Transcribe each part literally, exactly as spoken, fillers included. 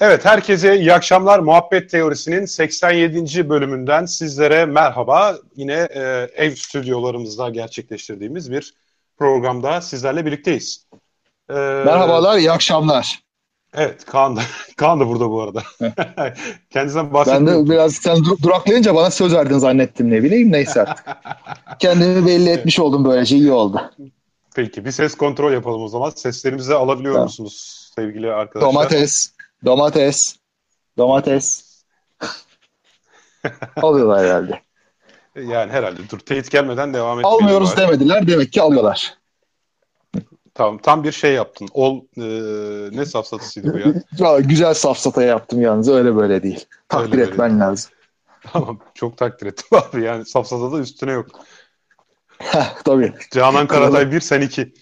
Evet, herkese iyi akşamlar. Muhabbet Teorisi'nin seksen yedinci bölümünden sizlere merhaba. Yine e, ev stüdyolarımızda gerçekleştirdiğimiz bir programda sizlerle birlikteyiz. E, Merhabalar, iyi akşamlar. evet, Kaan da, Kaan da burada bu arada. Heh. Kendinizden Ben bahsetmeyi de unuttum. biraz sen dur- duraklayınca bana söz verdin zannettim, ne bileyim, neyse artık. Kendimi belli Evet, etmiş oldum, böylece iyi oldu. peki, bir ses kontrol yapalım o zaman. Seslerimizi alabiliyor Tamam. musunuz sevgili arkadaşlar? Domates, domates, domates alıyorlar herhalde. Yani herhalde. Dur, teyit gelmeden devam etmeyelim Almıyoruz bari. demediler, demek ki alıyorlar. Tamam, tam bir şey yaptın. Ol, e, ne safsatısıydı bu ya? Ya, güzel safsata yaptım yalnız, öyle böyle değil. Takdir Öyle böyle değil. etmen lazım. Tamam, çok takdir ettim abi. Yani safsata da üstüne yok. Heh, tabii. Canan Kralı. Karatay bir, sen iki.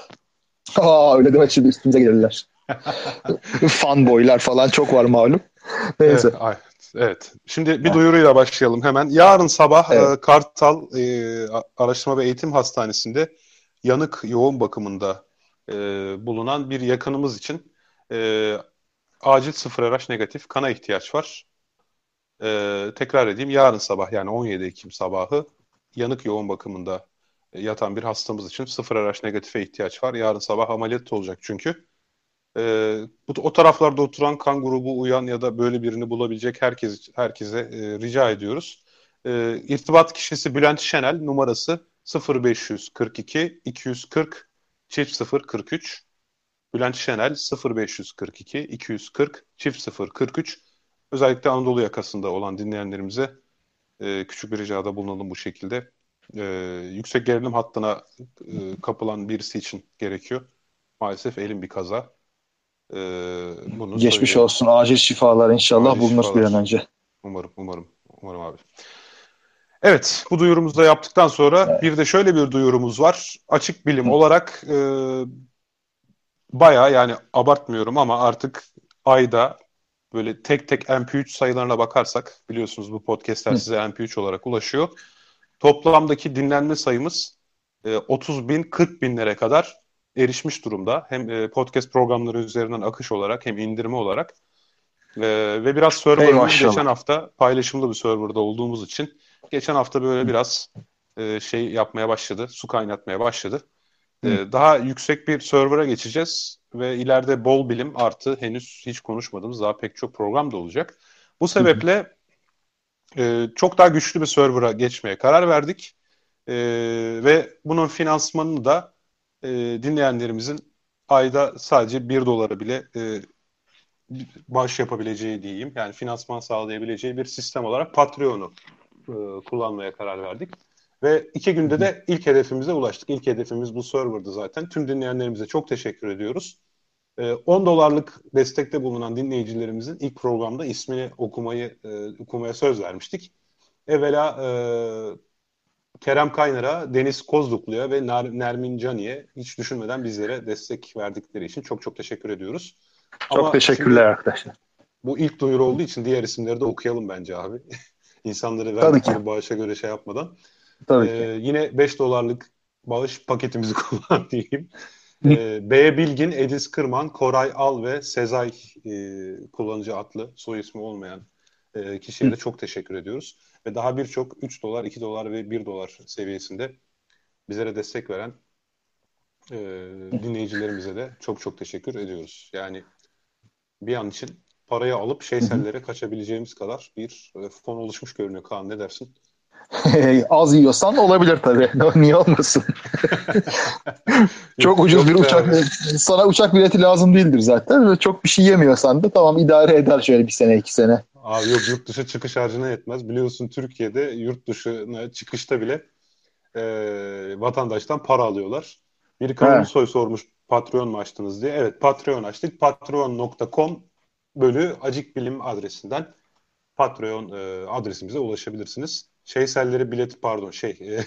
Aa, öyle deme, şimdi üstümüze gelirler. Fanboylar falan çok var malum. Evet, Neyse. ay- evet. Şimdi bir Heh, duyuruyla başlayalım hemen. Yarın sabah evet. e, Kartal e, A- Araştırma ve Eğitim Hastanesi'nde yanık yoğun bakımında e, bulunan bir yakınımız için e, acil sıfır R H negatif kana ihtiyaç var. E, tekrar edeyim, yarın sabah, yani on yedi Ekim sabahı yanık yoğun bakımında e, yatan bir hastamız için sıfır R H negatife ihtiyaç var. Yarın sabah ameliyat olacak çünkü. Ee, bu, o taraflarda oturan kan grubu uyan ya da böyle birini bulabilecek herkes herkese e, rica ediyoruz. Ee, irtibat kişisi Bülent Şenel, numarası sıfır beş kırk iki iki yüz kırk çift sıfır kırk üç. Bülent Şenel sıfır beş kırk iki iki yüz kırk çift sıfır kırk üç. Özellikle Anadolu yakasında olan dinleyenlerimize e, küçük bir ricada bulunalım bu şekilde. E, yüksek gerilim hattına e, kapılan birisi için gerekiyor. Maalesef elim bir kaza. Ee, bunu Geçmiş söyleyelim. olsun. Acil şifalar inşallah Acil bulunur bir an şifalar. önce. Umarım, umarım, umarım abi. Evet, bu duyurumuzu da yaptıktan sonra Evet. bir de şöyle bir duyurumuz var. Açık bilim olarak e, bayağı, yani abartmıyorum ama artık ayda böyle tek tek M P üç sayılarına bakarsak, biliyorsunuz bu podcastler Hı. size M P üç olarak ulaşıyor. Toplamdaki dinlenme sayımız e, otuz bin kırk binlere kadar erişmiş durumda. Hem e, podcast programları üzerinden akış olarak hem indirme olarak. Ee, ve biraz Ey serverımız geçen maşallah. hafta paylaşımlı bir serverda olduğumuz için geçen hafta böyle Hı, biraz e, şey yapmaya başladı, su kaynatmaya başladı. hı, Ee, daha yüksek bir server'a geçeceğiz ve ileride bol bilim artı henüz hiç konuşmadığımız daha pek çok program da olacak. Bu hı, hı. sebeple e, çok daha güçlü bir server'a geçmeye karar verdik. E, ve bunun finansmanını da e, dinleyenlerimizin ayda sadece bir dolara bile e, bağış yapabileceği diyeyim. Yani finansman sağlayabileceği bir sistem olarak Patreon'u e, kullanmaya karar verdik. Ve iki günde de ilk hedefimize ulaştık. İlk hedefimiz bu serverdı zaten. Tüm dinleyenlerimize çok teşekkür ediyoruz. E, on dolarlık destekte bulunan dinleyicilerimizin ilk programda ismini okumayı e, okumaya söz vermiştik. Evvela e, Kerem Kaynar'a, Deniz Kozluklu'ya ve Ner- Nermin Cani'ye hiç düşünmeden bizlere destek verdikleri için çok çok teşekkür ediyoruz. Çok Ama teşekkürler şimdi arkadaşlar. bu ilk duyuru olduğu için diğer isimleri de okuyalım bence abi. İnsanları Tabii ki. verdikleri bağışa göre şey yapmadan. Tabii ki. Ee, yine beş dolarlık bağış paketimizi kullan diyeyim. Ee, B. Bilgin, Edis Kırman, Koray Al ve Sezai e, kullanıcı adlı soy ismi olmayan e, kişiye de çok teşekkür ediyoruz. Ve daha birçok üç dolar, iki dolar ve bir dolar seviyesinde bizlere destek veren e, dinleyicilerimize de çok çok teşekkür ediyoruz. Yani bir an için parayı alıp şeysellere kaçabileceğimiz kadar bir e, fon oluşmuş görünüyor. Kaan, ne dersin? Az yiyorsan olabilir tabii. Niye olmasın? Çok Yok, ucuz bir yok be uçak. abi. Sana uçak bileti lazım değildir zaten. Ve çok bir şey yemiyorsan da tamam, idare eder şöyle bir sene iki sene. Abi yok, yurt dışı çıkış harcına yetmez. Biliyorsun Türkiye'de yurt dışına çıkışta bile e, vatandaştan para alıyorlar. Bir Kaan Ha. Ulusoy sormuş, Patreon mu açtınız diye. Evet, Patreon açtık. patreon nokta com bölü Acik Bilim adresinden Patreon e, adresimize ulaşabilirsiniz. Şeyselleri bilet, pardon, şey e,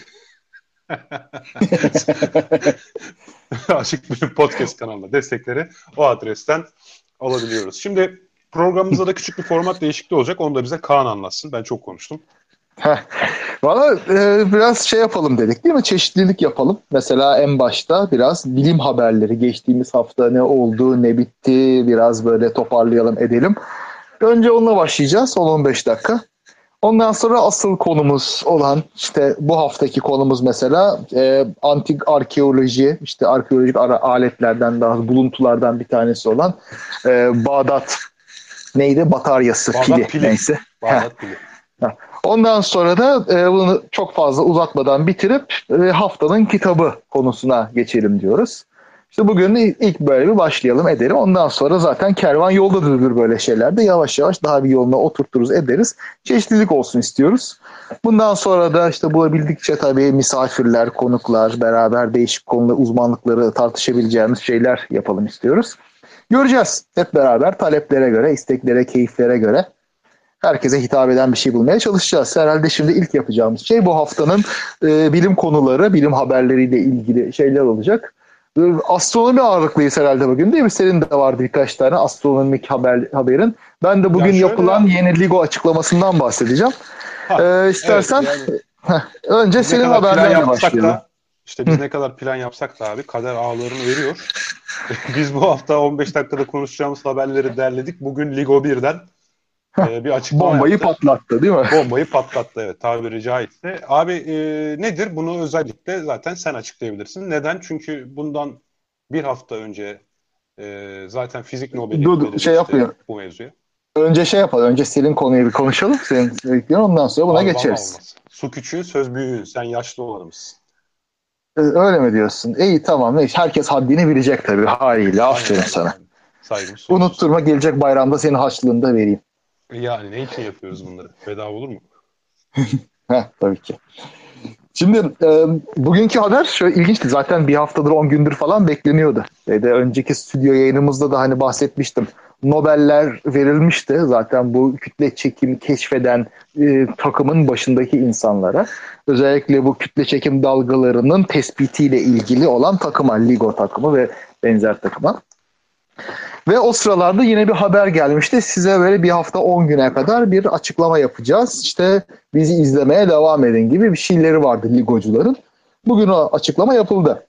Aşık Bölüm Podcast kanalına destekleri o adresten alabiliyoruz. Şimdi programımızda da küçük bir format değişikliği olacak. Onu da bize Kaan anlatsın. Ben çok konuştum. Heh. Valla e, biraz şey yapalım dedik değil mi? Çeşitlilik yapalım. Mesela en başta biraz bilim haberleri. Geçtiğimiz hafta ne oldu, ne bitti biraz böyle toparlayalım edelim. Önce onunla başlayacağız on on beş dakika. Ondan sonra asıl konumuz olan işte bu haftaki konumuz mesela e, antik arkeoloji, işte arkeolojik ara, aletlerden daha buluntulardan bir tanesi olan e, Bağdat neydi? Bataryası, pili Bağdat pili. neyse. Heh. Bağdat pili. Ondan sonra da e, bunu çok fazla uzatmadan bitirip e, haftanın kitabı konusuna geçelim diyoruz. İşte bugün ilk böyle bir başlayalım edelim. Ondan sonra zaten kervan yoldadır böyle şeylerde. Yavaş yavaş daha bir yoluna oturturuz ederiz. Çeşitlilik olsun istiyoruz. Bundan sonra da işte bulabildikçe tabii misafirler, konuklar, beraber değişik konuda uzmanlıkları tartışabileceğimiz şeyler yapalım istiyoruz. Göreceğiz hep beraber taleplere göre, isteklere, keyiflere göre. Herkese hitap eden bir şey bulmaya çalışacağız. Herhalde şimdi ilk yapacağımız şey bu haftanın e, bilim konuları, bilim haberleriyle ilgili şeyler olacak. E, astronomi ağırlıklıyız herhalde bugün değil mi? Senin de vardı birkaç tane astronomik haber, haberin. Ben de bugün Ya şöyle yapılan ya. yeni LIGO açıklamasından bahsedeceğim. Ha, E, evet istersen yani heh, önce biz ne senin kadar plan haberlerle yapsak başlayalım. da işte biz ne kadar plan yapsak da abi kader ağlarını örüyor. Biz bu hafta on beş dakikada konuşacağımız haberleri derledik. Bugün Ligo birden e, bir açıklama Bombayı yaptı. patlattı değil mi? Bombayı patlattı, evet, tabiri caizse. Abi e, nedir? Bunu özellikle zaten sen açıklayabilirsin. Neden? Çünkü bundan bir hafta önce e, zaten fizik Nobel'i Dur, dur, şey verilmişti yapmıyor. bu mevzuya. Önce şey yapalım. Önce senin konuyu bir konuşalım. Senin söylediklerini, ondan sonra buna Vallahi geçeriz. olmaz. Su küçüğün söz büyüğün. Sen yaşlı olanımız. Ee, Öyle mi diyorsun? İyi tamam. Neyse. Herkes haddini bilecek tabii haliyle. Aynen Aferin aynen sana. aynen. Saygımız sonsuz. Unutturma, gelecek bayramda senin harçlığını da vereyim. Yani ne için yapıyoruz bunları? Bedava olur mu? Heh, tabii ki. Şimdi e, bugünkü haber şöyle ilginçti. Zaten bir haftadır on gündür falan bekleniyordu. Ve de önceki stüdyo yayınımızda da hani bahsetmiştim. Nobeller verilmişti zaten bu kütle çekim keşfeden e, takımın başındaki insanlara. Özellikle bu kütle çekim dalgalarının tespitiyle ilgili olan takıma, LIGO takımı ve benzer takıma. Ve o sıralarda yine bir haber gelmişti. Size böyle bir hafta on güne kadar bir açıklama yapacağız. İşte bizi izlemeye devam edin gibi bir şeyleri vardı ligocuların. Bugün o açıklama yapıldı.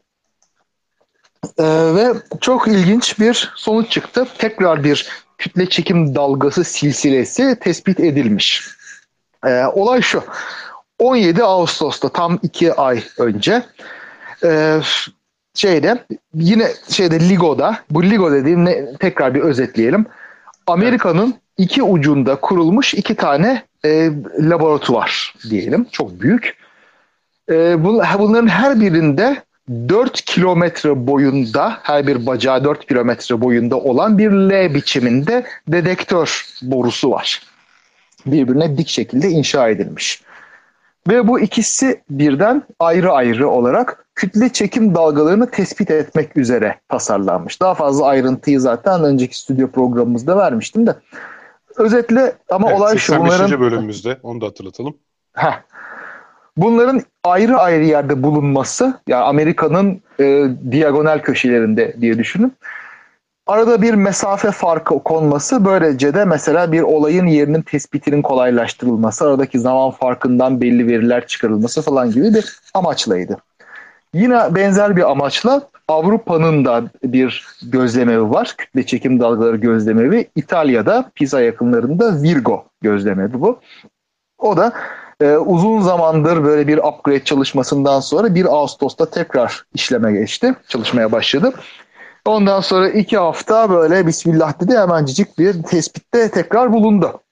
Ee, ve çok ilginç bir sonuç çıktı. Tekrar bir kütle çekim dalgası silsilesi tespit edilmiş. Ee, olay şu. on yedi Ağustos'ta tam iki ay önce e, şeyde yine şeyde Ligo'da, bu Ligo dediğim ne, tekrar bir özetleyelim. Evet. Amerika'nın iki ucunda kurulmuş iki tane e, laboratuvar diyelim. Çok büyük. E, bu, bunların her birinde dört kilometre boyunda, her bir bacağı dört kilometre boyunda olan bir L biçiminde dedektör borusu var. Birbirine dik şekilde inşa edilmiş. Ve bu ikisi birden ayrı ayrı olarak kütle çekim dalgalarını tespit etmek üzere tasarlanmış. Daha fazla ayrıntıyı zaten önceki stüdyo programımızda vermiştim de. Özetle ama Evet, olay şu, seksen beşinci bunların bölümümüzde onu da hatırlatalım. heh, bunların ayrı ayrı yerde bulunması, yani Amerika'nın e, diagonal köşelerinde diye düşünün. Arada bir mesafe farkı konması, böylece de mesela bir olayın yerinin tespitinin kolaylaştırılması, aradaki zaman farkından belli veriler çıkarılması falan gibi bir amaçlaydı. Yine benzer bir amaçla Avrupa'nın da bir gözlemevi var. Kütle çekim dalgaları gözlemevi. İtalya'da Pisa yakınlarında Virgo gözlemevi bu. O da e, uzun zamandır böyle bir upgrade çalışmasından sonra bir Ağustos'ta tekrar işleme geçti. Çalışmaya başladı. Ondan sonra iki hafta böyle Bismillah dedi, hemencik bir tespitte tekrar bulundu.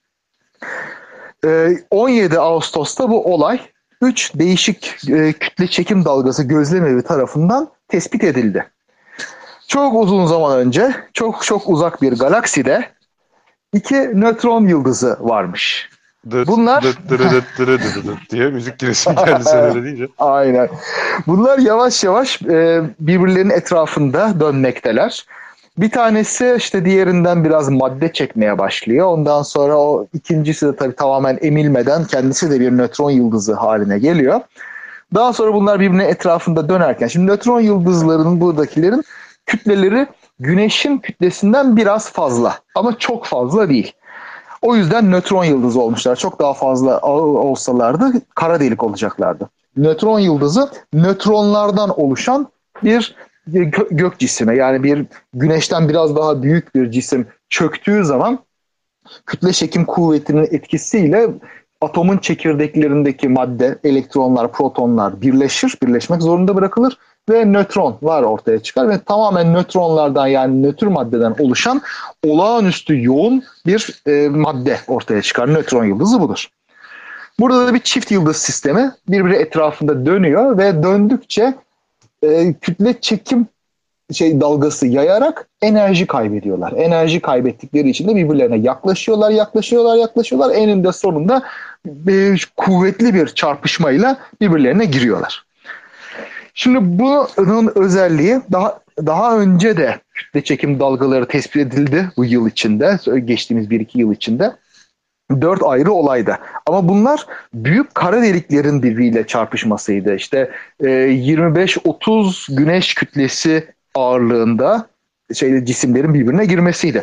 Ee, on yedi Ağustos'ta bu olay üç değişik e, kütle çekim dalgası gözlemevi tarafından tespit edildi. Çok uzun zaman önce, çok çok uzak bir galakside iki nötron yıldızı varmış. Dıt Bunlar dıt dırıdıt dırıdıt dıt diye müzik giresi geldi sen öyle deyince. aynen. Bunlar yavaş yavaş e, birbirlerinin etrafında dönmekteler. Bir tanesi işte diğerinden biraz madde çekmeye başlıyor. Ondan sonra o ikincisi de tabii tamamen emilmeden kendisi de bir nötron yıldızı haline geliyor. Daha sonra bunlar birbirine etrafında dönerken, şimdi nötron yıldızlarının, buradakilerin kütleleri Güneş'in kütlesinden biraz fazla ama çok fazla değil. O yüzden nötron yıldızı olmuşlar. Çok daha fazla olsalardı kara delik olacaklardı. Nötron yıldızı nötronlardan oluşan bir gök cismi. Yani bir güneşten biraz daha büyük bir cisim çöktüğü zaman kütle çekim kuvvetinin etkisiyle atomun çekirdeklerindeki madde, elektronlar, protonlar birleşir, birleşmek zorunda bırakılır ve nötronlar ortaya çıkar ve tamamen nötronlardan yani nötr maddeden oluşan olağanüstü yoğun bir e, madde ortaya çıkar. Nötron yıldızı budur. Burada da bir çift yıldız sistemi birbiri etrafında dönüyor ve döndükçe e, kütle çekim şey dalgası yayarak enerji kaybediyorlar. Enerji kaybettikleri için de birbirlerine yaklaşıyorlar, yaklaşıyorlar, yaklaşıyorlar. Eninde sonunda bir, kuvvetli bir çarpışmayla birbirlerine giriyorlar. Şimdi bunun özelliği daha daha önce de kütle çekim dalgaları tespit edildi bu yıl içinde, geçtiğimiz bir iki yıl içinde. Dört ayrı olayda. Ama bunlar büyük kara deliklerin birbiriyle çarpışmasıydı. İşte e, yirmi beş otuz güneş kütlesi ağırlığında şeyde cisimlerin birbirine girmesiydi.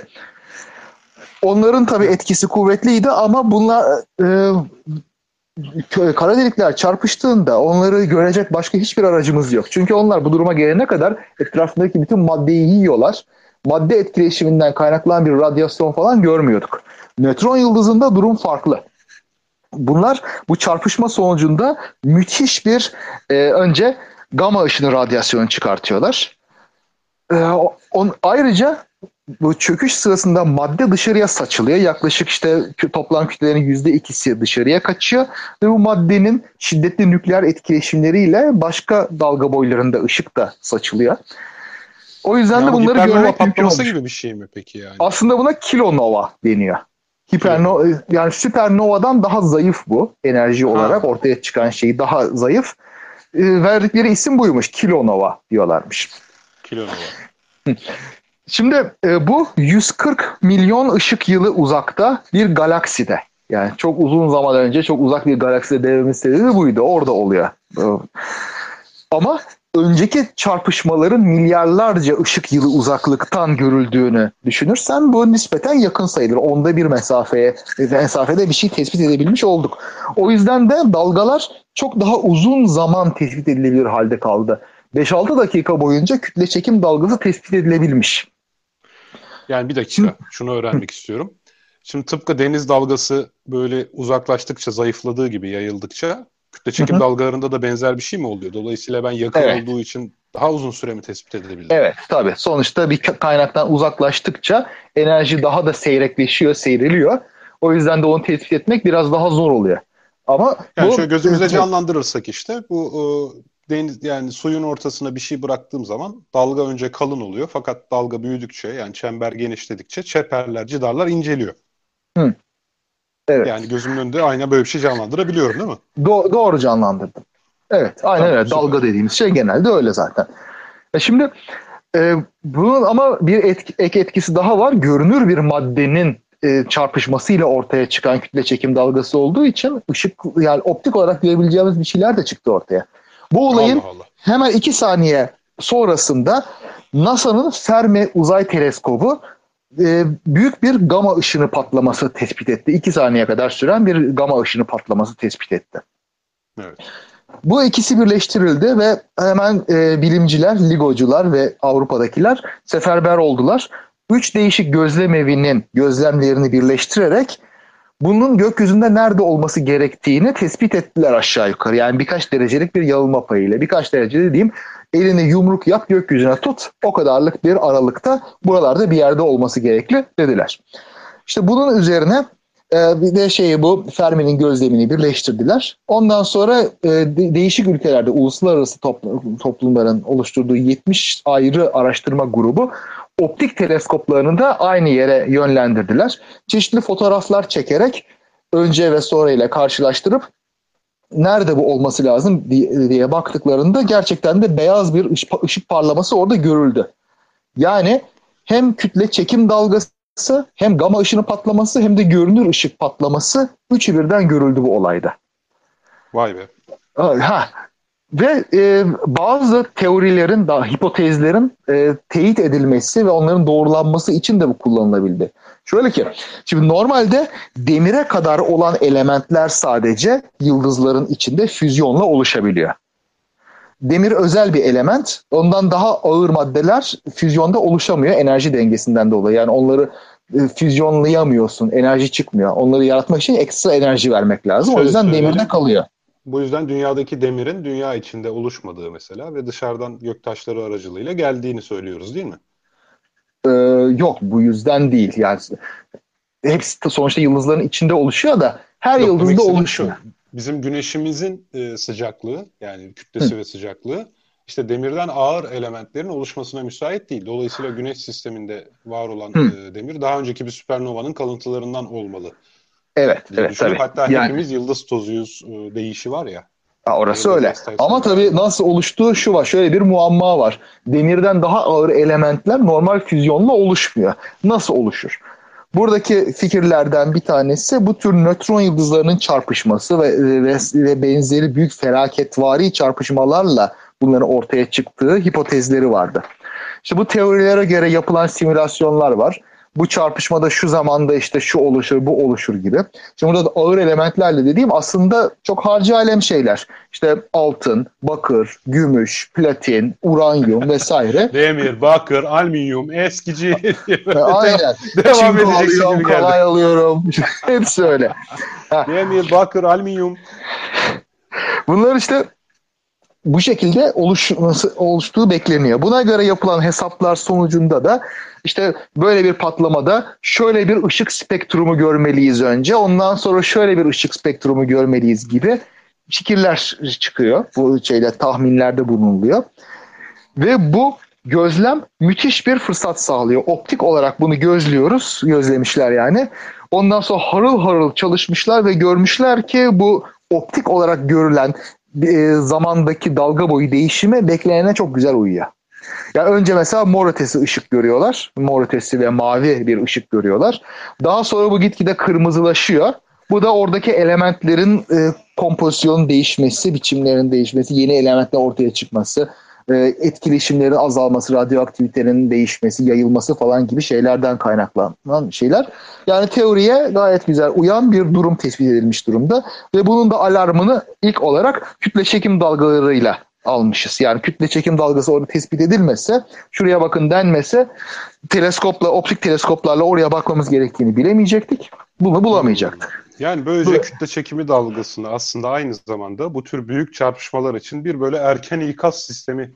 Onların tabii etkisi kuvvetliydi ama bunlar e, kara delikler çarpıştığında onları görecek başka hiçbir aracımız yok. Çünkü onlar bu duruma gelene kadar etrafındaki bütün maddeyi yiyorlar. Madde etkileşiminden kaynaklanan bir radyasyon falan görmüyorduk. Nötron yıldızında durum farklı. Bunlar bu çarpışma sonucunda müthiş bir e, önce gama ışını radyasyonu çıkartıyorlar. E, on, ayrıca bu çöküş sırasında madde dışarıya saçılıyor. Yaklaşık işte toplam kütlelerin yüzde ikisi dışarıya kaçıyor. Ve bu maddenin şiddetli nükleer etkileşimleriyle başka dalga boylarında ışık da saçılıyor. O yüzden yani de bunları görmek mümkün olmuş. gibi bir şey mi peki yani? Aslında buna kilonova deniyor. Hipernova, yani süpernovadan daha zayıf bu. Enerji olarak ha. ortaya çıkan şey daha zayıf. E, verdikleri isim buymuş. Kilonova diyorlarmış. Kilonova. Şimdi e, bu yüz kırk milyon ışık yılı uzakta bir galakside. Yani çok uzun zaman önce çok uzak bir galakside devrimin sebebi buydu. Orada oluyor. E, ama önceki çarpışmaların milyarlarca ışık yılı uzaklıktan görüldüğünü düşünürsen bu nispeten yakın sayılır. Onda bir mesafeye, mesafede bir şey tespit edebilmiş olduk. O yüzden de dalgalar çok daha uzun zaman tespit edilebilir halde kaldı. beş altı dakika boyunca kütle çekim dalgası tespit edilebilmiş. Yani bir dakika Şimdi, şunu öğrenmek istiyorum. Şimdi tıpkı deniz dalgası böyle uzaklaştıkça, zayıfladığı gibi yayıldıkça kütle çekim hı hı. dalgalarında da benzer bir şey mi oluyor? Dolayısıyla ben yakın evet. olduğu için daha uzun süre mi tespit edebildim? Evet tabii. Sonuçta bir kaynaktan uzaklaştıkça enerji daha da seyrekleşiyor, seyreliyor. O yüzden de onu tespit etmek biraz daha zor oluyor. Ama yani bu, şöyle gözümüzde canlandırırsak işte bu e, deniz yani suyun ortasına bir şey bıraktığım zaman dalga önce kalın oluyor fakat dalga büyüdükçe yani çember genişledikçe çeperler, cidarlar inceliyor. Hı. Evet. Yani gözümün önünde aynen böyle bir şey canlandırabiliyorum değil mi? Do- doğru canlandırdım. Evet aynen tamam, öyle. Süper. Dalga dediğimiz şey genelde öyle zaten. E şimdi e, bunun ama bir etki, ek etkisi daha var. Görünür bir maddenin e, çarpışmasıyla ortaya çıkan kütle çekim dalgası olduğu için ışık yani optik olarak görebileceğimiz bir şeyler de çıktı ortaya. Bu olayın Allah Allah. hemen iki saniye sonrasında NASA'nın Fermi Uzay Teleskobu e, büyük bir gama ışını patlaması tespit etti. İki saniye kadar süren bir gama ışını patlaması tespit etti. Evet. Bu ikisi birleştirildi ve hemen e, bilimciler, LIGO'cular ve Avrupa'dakiler seferber oldular. Üç değişik gözlem evinin gözlemlerini birleştirerek bunun gökyüzünde nerede olması gerektiğini tespit ettiler aşağı yukarı. Yani birkaç derecelik bir yanılma payıyla. Birkaç derece dediğim elini yumruk yap gökyüzüne tut. O kadarlık bir aralıkta buralarda bir yerde olması gerekli dediler. İşte bunun üzerine e, bir de şeyi bu Fermi'nin gözlemini birleştirdiler. Ondan sonra e, de, değişik ülkelerde uluslararası toplum, toplumların oluşturduğu yetmiş ayrı araştırma grubu optik teleskoplarını da aynı yere yönlendirdiler. Çeşitli fotoğraflar çekerek önce ve sonra ile karşılaştırıp nerede bu olması lazım diye, diye baktıklarında gerçekten de beyaz bir ışık, ışık parlaması orada görüldü. Yani hem kütle çekim dalgası hem gama ışını patlaması hem de görünür ışık patlaması üçü birden görüldü bu olayda. Vay be. Ha. Ve e, bazı teorilerin, daha hipotezlerin e, teyit edilmesi ve onların doğrulanması için de bu kullanılabildi. Şöyle ki, şimdi normalde demire kadar olan elementler sadece yıldızların içinde füzyonla oluşabiliyor. Demir özel bir element. Ondan daha ağır maddeler füzyonda oluşamıyor enerji dengesinden dolayı. Yani onları e, füzyonlayamıyorsun. Enerji çıkmıyor. Onları yaratmak için ekstra enerji vermek lazım. O Şöyle yüzden demirde söyleyelim. kalıyor. Bu yüzden dünyadaki demirin dünya içinde oluşmadığı mesela ve dışarıdan göktaşları aracılığıyla geldiğini söylüyoruz değil mi? Ee, yok, bu yüzden değil. Yani hepsi de sonuçta yıldızların içinde oluşuyor da her Yok, demek yıldızda istediğim oluşmuyor. şu. Bizim güneşimizin e, sıcaklığı yani Hı. kütlesi ve sıcaklığı işte demirden ağır elementlerin oluşmasına müsait değil. Dolayısıyla güneş sisteminde var olan Hı. e, demir daha önceki bir süpernovanın kalıntılarından olmalı Evet, diye evet düşünüp tabii. hatta Yani hepimiz yıldız tozuyuz e, deyişi var ya. ha, orası Neil öyle. deGrasse Ama Tyson'ın tabii verdiği. nasıl oluştuğu şu var. Şöyle bir muamma var. Demirden daha ağır elementler normal füzyonla oluşmuyor. Nasıl oluşur? Buradaki fikirlerden bir tanesi bu tür nötron yıldızlarının çarpışması ve, ve, ve benzeri büyük felaketvari çarpışmalarla bunların ortaya çıktığı hipotezleri vardı. İşte bu teorilere göre yapılan simülasyonlar var. Bu çarpışmada şu zamanda işte şu oluşur, bu oluşur gibi. Şimdi burada da ağır elementlerle dediğim aslında çok harcı alem şeyler. İşte altın, bakır, gümüş, platin, uranyum vesaire. Demir, bakır, alüminyum, eskici diye böyle devam, Aynen. devam Çinko edeceksin alıyorum, gibi geldi. kalay alıyorum. Hepsi öyle. Demir, bakır, alüminyum. Bunlar işte bu şekilde oluşması, oluştuğu bekleniyor. Buna göre yapılan hesaplar sonucunda da işte böyle bir patlamada şöyle bir ışık spektrumu görmeliyiz önce. Ondan sonra şöyle bir ışık spektrumu görmeliyiz gibi fikirler çıkıyor. Bu şeyler tahminlerde bulunuluyor. Ve bu gözlem müthiş bir fırsat sağlıyor. Optik olarak bunu gözlüyoruz. Gözlemişler yani. Ondan sonra harıl harıl çalışmışlar ve görmüşler ki bu optik olarak görülen e, zamandaki dalga boyu değişimi beklenene çok güzel uyuyor. Ya önce mesela mor ötesi ışık görüyorlar. Mor ötesi ve mavi bir ışık görüyorlar. Daha sonra bu gitgide kırmızılaşıyor. Bu da oradaki elementlerin e, kompozisyonun değişmesi, biçimlerin değişmesi, yeni elementler ortaya çıkması, e, etkileşimlerin azalması, radyoaktivitenin değişmesi, yayılması falan gibi şeylerden kaynaklanan şeyler. Yani teoriye gayet güzel uyan bir durum tespit edilmiş durumda ve bunun da alarmını ilk olarak kütle çekim dalgalarıyla almışız. Yani kütle çekim dalgası orada tespit edilmese, şuraya bakın denmese, teleskopla, optik teleskoplarla oraya bakmamız gerektiğini bilemeyecektik. Bunu Hmm. bulamayacaktık. Yani böylece kütle çekimi dalgasını aslında aynı zamanda bu tür büyük çarpışmalar için bir böyle erken ikaz sistemi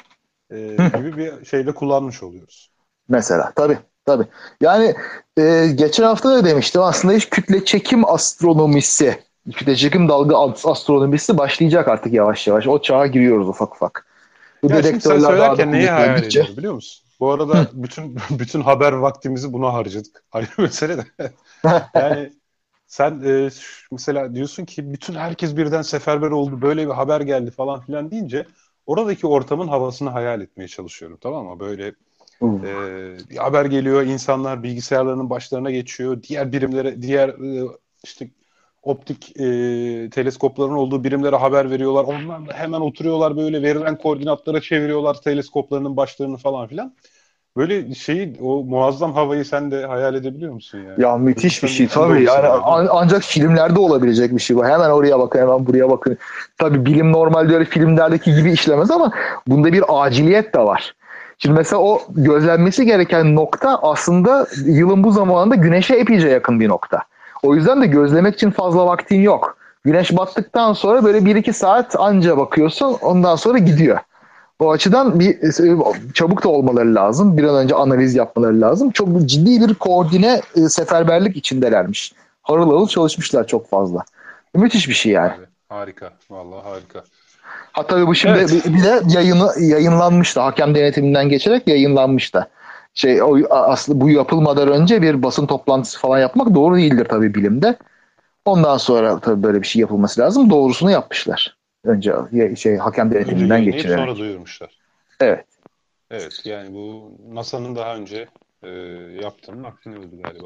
e, gibi bir şeyle kullanmış oluyoruz. Mesela tabii tabii. Yani e, geçen hafta da demiştim aslında hiç kütle çekim astronomisi, kütle çekim dalga astronomisi başlayacak artık yavaş yavaş. O çağa giriyoruz ufak ufak. Bu Ya şimdi sen dedektörler daha da söylerken neyi hayal kuvvetlendikçe. ediyorum biliyor musun? Bu arada bütün bütün haber vaktimizi buna harcadık. Ayrı mesele de. Yani sen e, ş- mesela diyorsun ki bütün herkes birden seferber oldu, böyle bir haber geldi falan filan deyince oradaki ortamın havasını hayal etmeye çalışıyorum, tamam mı? Böyle e, bir haber geliyor, insanlar bilgisayarlarının başlarına geçiyor, diğer birimlere, diğer e, işte optik e, teleskopların olduğu birimlere haber veriyorlar. Onlar da hemen oturuyorlar böyle verilen koordinatlara çeviriyorlar teleskoplarının başlarını falan filan. Böyle şeyi, o muazzam havayı sen de hayal edebiliyor musun yani? Ya Yoksa müthiş bir sen de şey içinde o tabii yani hissediyorsun değil mi? an- ancak filmlerde olabilecek bir şey bu. Hemen oraya bakın, hemen buraya bakın. Tabii bilim normalde öyle filmlerdeki gibi işlemez ama bunda bir aciliyet de var. Şimdi mesela o gözlenmesi gereken nokta aslında yılın bu zamanında güneşe epeyce yakın bir nokta. O yüzden de gözlemek için fazla vaktin yok. Güneş battıktan sonra böyle bir iki saat anca bakıyorsun, ondan sonra gidiyor. O açıdan bir çabuk da olmaları lazım. Bir an önce analiz yapmaları lazım. Çok ciddi bir koordine e, seferberlik içindelermiş. Harıl harıl çalışmışlar çok fazla. Müthiş bir şey yani. Abi harika. Vallahi harika. Hatta bu şimdi Evet. bir bir de yayını yayınlanmıştı. Hakem denetiminden geçerek yayınlanmıştı. Şey o aslında bu yapılmadan önce bir basın toplantısı falan yapmak doğru değildir tabii bilimde. Ondan sonra tabii böyle bir şey yapılması lazım. Doğrusunu yapmışlar. Önce şey hakem Önce denetiminden yayınlayıp sonra geçirerek. duyurmuşlar. Evet. Evet, yani bu NASA'nın daha önce e, yaptığının aksine oldu galiba.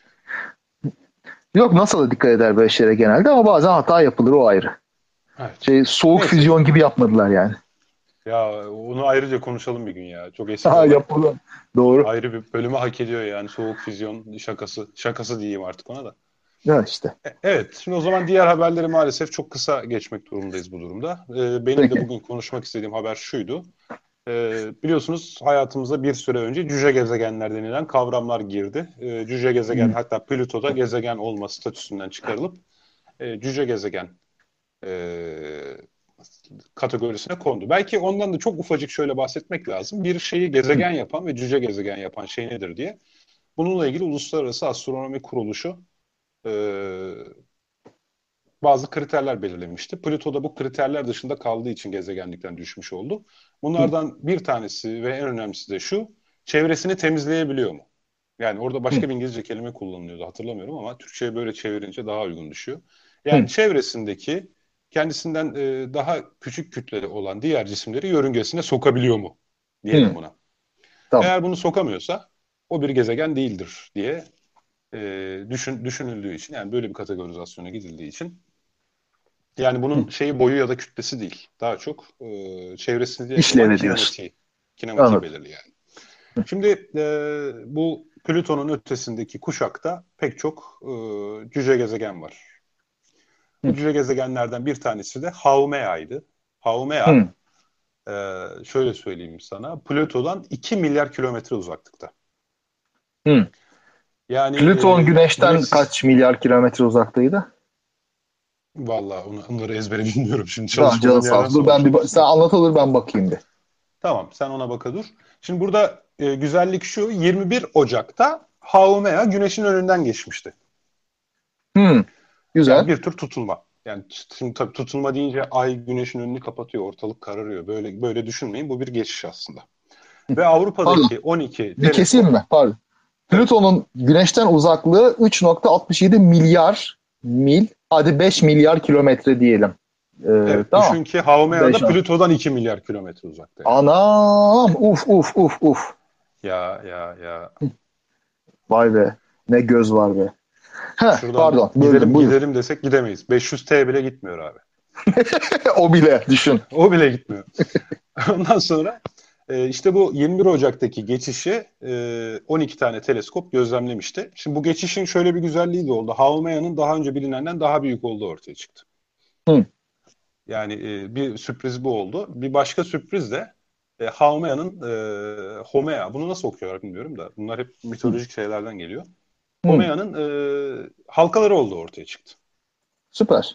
Yok, nasıl da dikkat eder böyle şeylere genelde ama bazen hata yapılır, o ayrı. Evet. Şey, soğuk Neyse. füzyon gibi yapmadılar yani. Ya onu ayrıca konuşalım bir gün ya. Çok eski Ha, olay. yapalım. Doğru. Ayrı bir bölümü hak ediyor yani, soğuk füzyon şakası. Şakası diyeyim artık ona da. Ya işte. E- Evet, şimdi o zaman diğer haberleri maalesef çok kısa geçmek durumundayız bu durumda. Ee, benim de Peki. bugün konuşmak istediğim haber şuydu. Ee, biliyorsunuz hayatımıza bir süre önce cüce gezegenler denilen kavramlar girdi. Ee, cüce gezegen, Hı. hatta Plüto'da gezegen olma statüsünden çıkarılıp e, cüce gezegen e, kategorisine kondu. Belki ondan da çok ufacık şöyle bahsetmek lazım. Bir şeyi Hı. gezegen yapan ve cüce gezegen yapan şey nedir diye. Bununla ilgili Uluslararası Astronomi Kuruluşu e, bazı kriterler belirlemişti. Plüto da bu kriterler dışında kaldığı için gezegenlikten düşmüş oldu. Hı. Bunlardan bir tanesi ve en önemlisi de şu: çevresini temizleyebiliyor mu? Yani orada Hı. başka bir İngilizce kelime kullanılıyordu, hatırlamıyorum, ama Türkçe'ye böyle çevirince daha uygun düşüyor. Hı. Yani çevresindeki kendisinden e, daha küçük kütleli olan diğer cisimleri yörüngesine sokabiliyor mu diyelim Hı. buna. Tamam. Eğer bunu sokamıyorsa o bir gezegen değildir diye e, düşün, düşünüldüğü için, yani böyle bir kategorizasyona gidildiği için, yani Hı. bunun şeyi, boyu ya da kütlesi değil. Daha çok e, çevresinde olan İşlevi diyorsun. kinematiği. Kinematiği Anladım. belirli yani. Şimdi e, bu Plüton'un ötesindeki kuşakta pek çok e, cüce gezegen var. Bu Hı. cüce gezegenlerden bir tanesi de Haumea'ydı. Haumea, Hı. e, şöyle söyleyeyim sana, Plüton'dan iki milyar kilometre uzaklıkta. Hı. Yani Plüton e, Güneş'ten Güneş, kaç milyar kilometre uzaktaydı? vallahi onu, onları ezbere bilmiyorum. Şimdi Daha canın çalışmadığım sağ yerden olsun. Dur ben bir sormuşsun ba- sen üstüne. anlat olur ben bakayım bir. Tamam, sen ona baka dur. Şimdi burada e, güzellik şu: yirmi bir Ocak'ta Haumea Güneş'in önünden geçmişti. Hı. Yani Güzel. bir tür tutulma. Yani t- şimdi tabii tutulma deyince ay Güneş'in önünü kapatıyor, ortalık kararıyor. Böyle böyle düşünmeyin. Bu bir geçiş aslında. Hı. Ve Pardon. Avrupa'daki on iki Bir keseyim teleskop, mi? Pardon. tabii. Plüton'un Güneş'ten uzaklığı üç nokta altmış yedi milyar mil. Hadi beş milyar kilometre diyelim. Ee, Evet, tamam. düşün ki Haumea beş. da Plüto'dan iki milyar kilometre uzakta yani. Anam. Uf uf uf uf. Ya ya ya. Vay be. Ne göz var be. Heh, Şuradan pardon. Böldüm. gidelim Buyur. gidelim desek gidemeyiz. beş yüz T bile gitmiyor abi. O bile düşün. O bile gitmiyor. Ondan sonra e, işte bu yirmi bir Ocak'taki geçişi e, on iki tane teleskop gözlemlemişti. Şimdi bu geçişin şöyle bir güzelliği de oldu. Haumea'nın daha önce bilinenden daha büyük olduğu ortaya çıktı. Hı. Yani e, bir sürpriz bu oldu. Bir başka sürpriz de e, Haumea'nın e, Homea. Bunu nasıl okuyorlar bilmiyorum da. Bunlar hep Hı. mitolojik şeylerden geliyor. Hı. Homea'nın e, halkaları olduğu ortaya çıktı. Süper.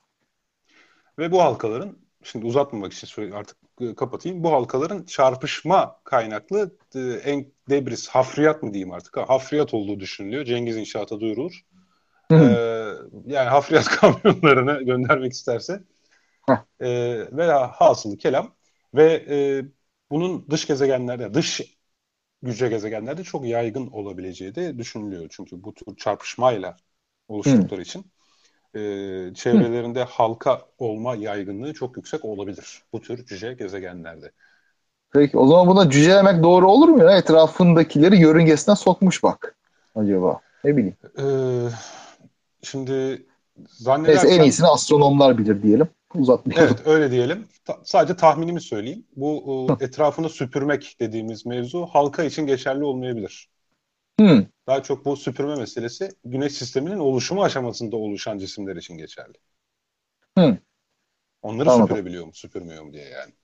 Ve bu halkaların, şimdi uzatmamak için söyle- artık e, kapatayım. Bu halkaların çarpışma kaynaklı e, en debris, hafriyat mı diyeyim artık? Ha, hafriyat olduğu düşünülüyor. Cengiz İnşaat'a duyurulur. E, Hı. yani hafriyat kamyonlarını göndermek isterse Heh. e, veya hasılı kelam, ve e, bunun dış gezegenlerde, dış güce gezegenlerde çok yaygın olabileceği de düşünülüyor. Çünkü bu tür çarpışmayla Hı. oluştukları için e, Hı. çevrelerinde halka olma yaygınlığı çok yüksek olabilir bu tür cüce gezegenlerde. Peki o zaman buna cüce demek doğru olur mu ya? Etrafındakileri yörüngesine sokmuş bak. Acaba. Ne bileyim. E, şimdi Neyse en zannedersem, iyisini astronomlar bilir diyelim. evet, Uzatmayalım. öyle diyelim. Ta- sadece tahminimi söyleyeyim. Bu e, etrafını süpürmek dediğimiz mevzu halka için geçerli olmayabilir. Hı. Daha çok bu süpürme meselesi Güneş sisteminin oluşumu aşamasında oluşan cisimler için geçerli. Hı. Onları Anladım. süpürebiliyor mu, süpürmüyor mu diye yani.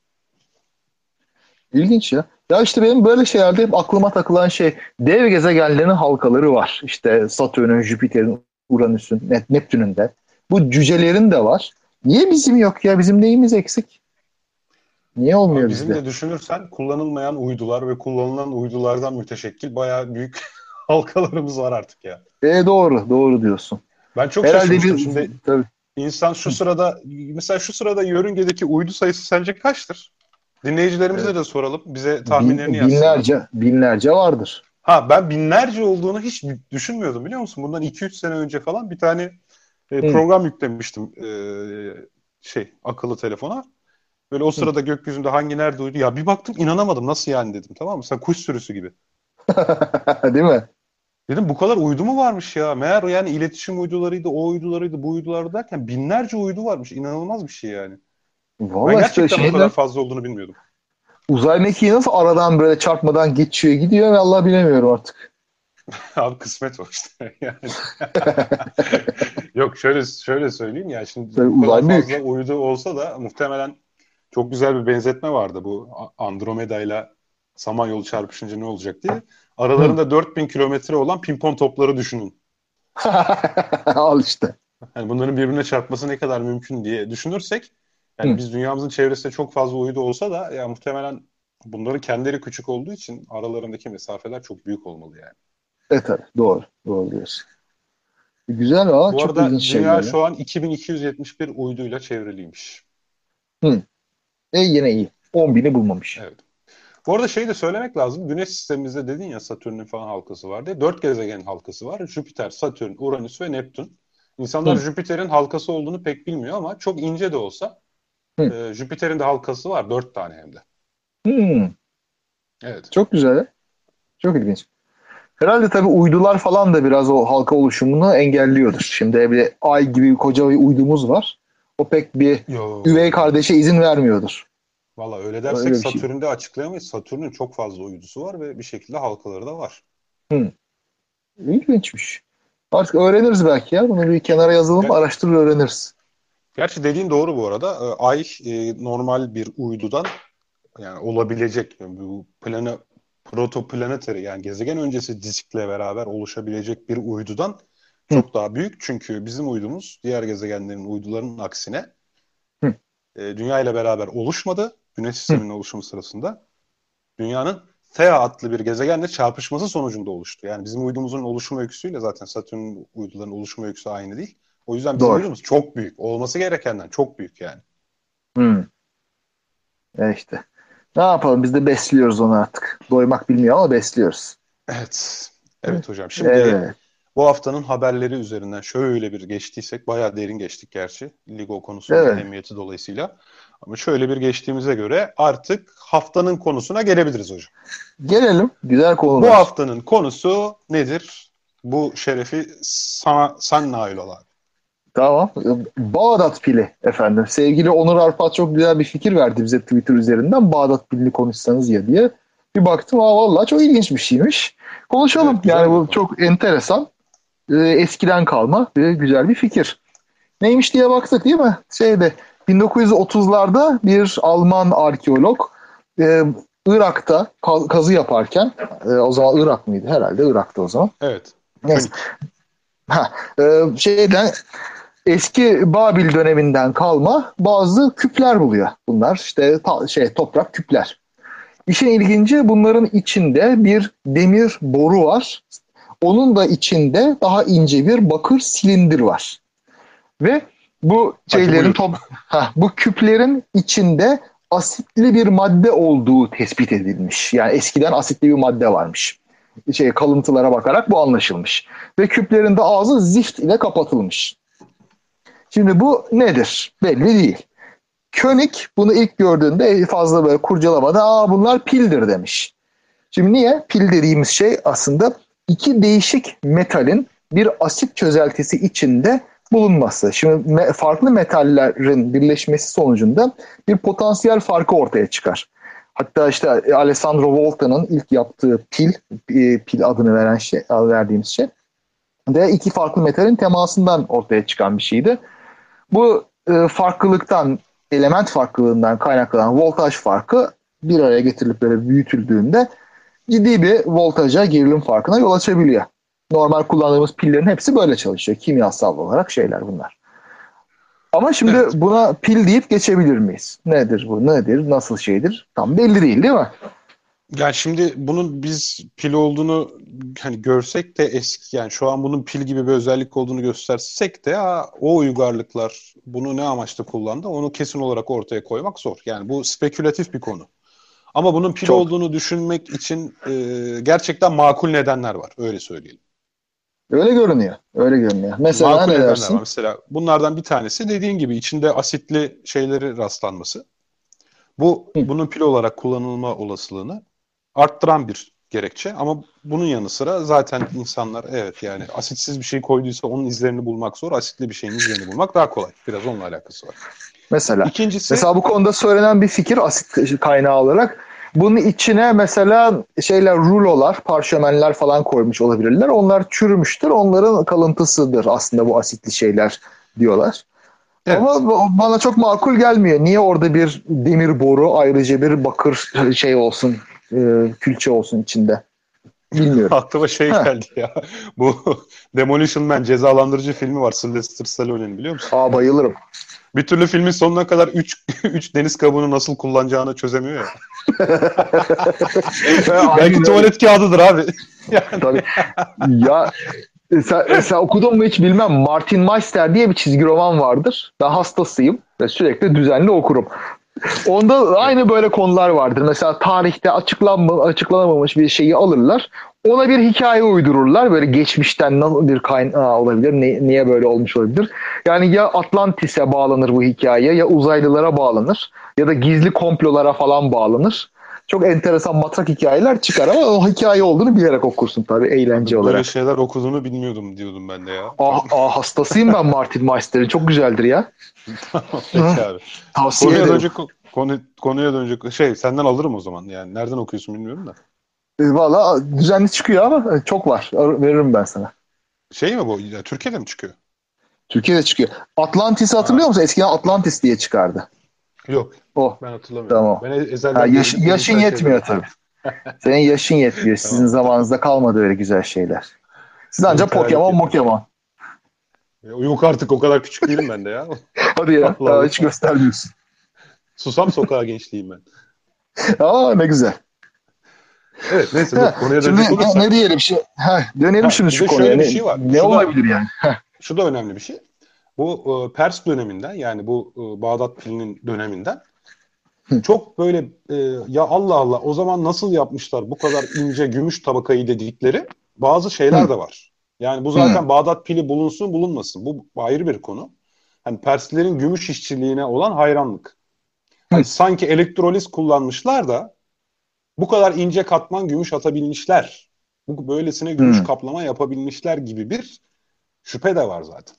İlginç ya. Ya işte benim böyle şeylerde hep aklıma takılan şey dev gezegenlerin halkaları var. İşte Satürn'ün, Jüpiter'in, Uranüs'ün, Nep- Neptün'ün de. Bu cücelerin de var. Niye bizim yok ya? Bizim neyimiz eksik? Niye Ama olmuyor bizim bizde? de düşünürsen kullanılmayan uydular ve kullanılan uydulardan müteşekkil bayağı büyük halkalarımız var artık ya. E doğru, doğru diyorsun. Ben çok Herhalde şaşırmıştım. bir Şimdi tabii. insan şu sırada, mesela şu sırada yörüngedeki uydu sayısı sence kaçtır? Dinleyicilerimize de soralım. Bize Bin, tahminlerini yazsınlar. binlerce, binlerce vardır. Ha, ben binlerce olduğunu hiç düşünmüyordum, biliyor musun? Bundan iki üç sene önce falan bir tane e, Hı, program yüklemiştim, e, şey, akıllı telefona. Böyle o hı. sırada gökyüzünde hangi nerede uydu? Ya bir baktım, inanamadım, nasıl yani dedim, tamam mı? Sen kuş sürüsü gibi. Değil mi? Dedim bu kadar uydu mu varmış ya? Meğer yani iletişim uydularıydı, o uydularıydı, bu uydular derken binlerce uydu varmış. İnanılmaz bir şey yani. Ben Valla işte gerçekten bu kadar şeyler fazla olduğunu bilmiyordum. Uzay mekiği nasıl aradan böyle çarpmadan geçiyor gidiyor, vallahi bilemiyorum artık. Abi kısmet o işte. Yani. Yok şöyle şöyle söyleyeyim ya, şimdi Böyle bu kadar uzay fazla büyük. uydu olsa da muhtemelen çok güzel bir benzetme vardı bu A- Andromeda ile Samanyolu çarpışınca ne olacak diye. Hı. Aralarında dört bin kilometre olan pimpon topları düşünün. Al işte. Yani bunların birbirine çarpması ne kadar mümkün diye düşünürsek, yani Hı. biz dünyamızın çevresinde çok fazla uydu olsa da ya muhtemelen bunların kendileri küçük olduğu için aralarındaki mesafeler çok büyük olmalı yani. Evet tabii. Doğru. Doğru diyorsun. Güzel, aa, Bu çok arada ilginç dünya şeyler ya. şu an iki bin iki yüz yetmiş bir uyduyla çevriliymiş. Hı. E yine iyi. on bini bulmamış. Evet. Bu arada şeyi de söylemek lazım. Güneş sistemimizde dedin ya Satürn'ün falan halkası var diye. Dört gezegenin halkası var. Jüpiter, Satürn, Uranüs ve Neptün. İnsanlar Hı. Jüpiter'in halkası olduğunu pek bilmiyor ama çok ince de olsa Hı. e, Jüpiter'in de halkası var. Dört tane hem de. Hı. Evet. Çok güzel. Çok ilginç. Herhalde tabii uydular falan da biraz o halka oluşumunu engelliyordur. Şimdi bir ay gibi koca bir uydumuz var. O pek bir üvey Yo. kardeşe izin vermiyordur. Valla öyle dersek Öyle bir şey. Satürn'de açıklayamayız. Satürn'ün çok fazla uydusu var ve bir şekilde halkaları da var. Hı. İlginçmiş. Artık öğreniriz belki ya. Bunu bir kenara yazalım, Ger araştırır öğreniriz. Gerçi dediğin doğru bu arada. E, Ay e, normal bir uydudan, yani olabilecek yani bu plana protoplanetary, yani gezegen öncesi diskle beraber oluşabilecek bir uydudan Hı. çok daha büyük. Çünkü bizim uydumuz diğer gezegenlerin uydularının aksine Hı. e, Dünya ile beraber oluşmadı. Güneş Hı. sisteminin oluşumu sırasında Dünyanın Thea adlı bir gezegenle çarpışması sonucunda oluştu. Yani bizim uydumuzun oluşum öyküsüyle zaten Satürn'ün uydularının oluşum öyküsü aynı değil. O yüzden bizim Doğru. uydumuz çok büyük. Olması gerekenden çok büyük yani. Hı. E işte. Ne yapalım? Biz de besliyoruz onu artık. Doymak bilmiyor ama besliyoruz. Evet. Evet hocam. Şimdi Evet. bu haftanın haberleri üzerinden şöyle bir geçtiysek, bayağı derin geçtik gerçi Ligo konusunun Evet. ehemmiyeti dolayısıyla. Ama şöyle bir geçtiğimize göre artık haftanın konusuna gelebiliriz hocam. Gelelim. Güzel Bu konular. haftanın konusu nedir? Bu şerefi sana, sen nail ol abi. Tamam. Bağdat pili efendim. Sevgili Onur Arpat çok güzel bir fikir verdi bize Twitter üzerinden. Bağdat pilini konuşsanız ya diye. Bir baktım, aa vallahi çok ilginç bir şeymiş. Konuşalım. Evet, Yani güzel bir bu konu. çok enteresan. e, eskiden kalma ve güzel bir fikir. Neymiş diye baktık değil mi? Şeyde bin dokuz yüz otuzlarda bir Alman arkeolog e, Irak'ta kazı yaparken, e, o zaman Irak mıydı? Herhalde Irak'ta o zaman. Evet. Neyse. Könik. Ha, e, şeyden eski Babil döneminden kalma bazı küpler buluyor. Bunlar işte ta, şey toprak küpler. İşin ilginci, bunların içinde bir demir boru var. Onun da içinde daha ince bir bakır silindir var. Ve bu Hadi şeylerin buyur. top, heh, bu küplerin içinde asitli bir madde olduğu tespit edilmiş. Yani eskiden asitli bir madde varmış. Şey, kalıntılara bakarak bu anlaşılmış. Ve küplerin de ağzı zift ile kapatılmış. Şimdi bu nedir? Belli değil. König bunu ilk gördüğünde fazla böyle kurcalamadan, aa bunlar pildir demiş. Şimdi niye? Pil dediğimiz şey aslında iki değişik metalin bir asit çözeltisi içinde bulunması. Şimdi me- farklı metallerin birleşmesi sonucunda bir potansiyel farkı ortaya çıkar. Hatta işte Alessandro Volta'nın ilk yaptığı pil, e, pil adını veren şey, verdiğimiz şey de iki farklı metalin temasından ortaya çıkan bir şeydi. Bu e, farklılıktan, element farklılığından kaynaklanan voltaj farkı bir araya getirilip böyle büyütüldüğünde ciddi bir voltaja, gerilim farkına yol açabiliyor. Normal kullandığımız pillerin hepsi böyle çalışıyor. Kimyasal olarak şeyler bunlar. Ama şimdi Evet. buna pil deyip geçebilir miyiz? Nedir bu? Nedir? Nasıl şeydir? Tam belli değil, değil mi? Yani şimdi bunun biz pil olduğunu hani görsek de, eski yani şu an bunun pil gibi bir özellik olduğunu göstersek de ha, o uygarlıklar bunu ne amaçla kullandı onu kesin olarak ortaya koymak zor. Yani bu spekülatif bir konu. Ama bunun pil Çok. olduğunu düşünmek için e, gerçekten makul nedenler var. Öyle söyleyelim. Öyle görünüyor. Öyle görünüyor. Mesela Makul ne nedenler var. dersin? Mesela bunlardan bir tanesi dediğin gibi içinde asitli şeyleri rastlanması. Bu Hı. bunun pil olarak kullanılma olasılığını arttıran bir gerekçe. Ama bunun yanı sıra zaten insanlar, evet yani asitsiz bir şey koyduysa onun izlerini bulmak zor. Asitli bir şeyin izlerini bulmak daha kolay. Biraz onunla alakası var. Mesela. İkincisi, Mesela bu konuda söylenen bir fikir, asit kaynağı olarak. Bunun içine mesela şeyler, rulolar, parşömenler falan koymuş olabilirler. Onlar çürümüştür. Onların kalıntısıdır aslında bu asitli şeyler diyorlar. Ama Evet. bana çok makul gelmiyor. Niye orada bir demir boru, ayrıca bir bakır şey olsun, e, külçe olsun içinde? Bilmiyorum. Aklıma şey Heh. geldi ya. Bu Demolition Man cezalandırıcı filmi var. Sylvester Stallone'nin, biliyor musun? Aa, bayılırım. Bir türlü filmin sonuna kadar üç üç deniz kabuğunu nasıl kullanacağını çözemiyor ya. Belki Aynen öyle. tuvalet kağıdıdır abi. Yani Tabii. Ya sen, sen okudun mu hiç bilmem. Martin Meister diye bir çizgi roman vardır. Ben hastasıyım ve sürekli düzenli okurum. Onda aynı böyle konular vardır. Mesela tarihte açıklanma, açıklanamamış bir şeyi alırlar. Ona bir hikaye uydururlar. Böyle geçmişten nasıl bir kaynağı olabilir, ne- niye böyle olmuş olabilir. Yani ya Atlantis'e bağlanır bu hikaye, ya uzaylılara bağlanır, ya da gizli komplolara falan bağlanır. Çok enteresan matrak hikayeler çıkar ama o hikaye olduğunu bilerek okursun tabii, eğlence abi, böyle olarak. şeyler okuduğunu bilmiyordum diyordum ben de ya. Ah, Tamam. ah, hastasıyım ben Martin Meister'in. Çok güzeldir ya. Tamam, Hı, peki abi. tavsiye Konuya ederim. dönecek konu, konuya dönecek şey, senden alırım o zaman. Yani nereden okuyorsun bilmiyorum da. E, Valla düzenli çıkıyor ama çok var. Ar- Veririm ben sana. Şey mi bu? Ya, Türkiye'de mi çıkıyor? Türkiye'de çıkıyor. Atlantis'i hatırlıyor Ha, musun? Eskiden Atlantis diye çıkardı. yok. O. Ben hatırlamıyorum. Tamam. Ben e- Ha, ezelden yaş- beri yaşın bilimsel şeyler yetmiyor okuyorum. tabii. Senin yaşın yetmiyor. Sizin Tamam. zamanınızda kalmadı öyle güzel şeyler. Siz Benim ancak terlik Pokemon, yetmiyor. Pokemon. Yok artık, o kadar küçük değilim ben de ya. Hadi ya. Allah Daha hiç Allah. göstermiyorsun. Susam sokağı gençliğim ben. Aa, ne güzel. Evet, neyse, dur, Ha, konuya şimdi dönecek ne, olursak. ne diyelim? Şey, ha, dönelim Ha, şimdi bir şu de konuya. şöyle bir Ne, şey var. ne Şu da olabilir yani? Heh. şu da önemli bir şey. Bu e, Pers döneminden, yani bu e, Bağdat pilinin döneminden Hı, çok böyle e, ya Allah Allah, o zaman nasıl yapmışlar bu kadar ince gümüş tabakayı dedikleri bazı şeyler hı, de var. Yani bu hı, zaten Bağdat pili bulunsun bulunmasın, bu ayrı bir konu. Hani Perslerin gümüş işçiliğine olan hayranlık. hı. Hani sanki elektroliz kullanmışlar da bu kadar ince katman gümüş atabilmişler. Bu böylesine gümüş Hı. kaplama yapabilmişler gibi bir şüphe de var zaten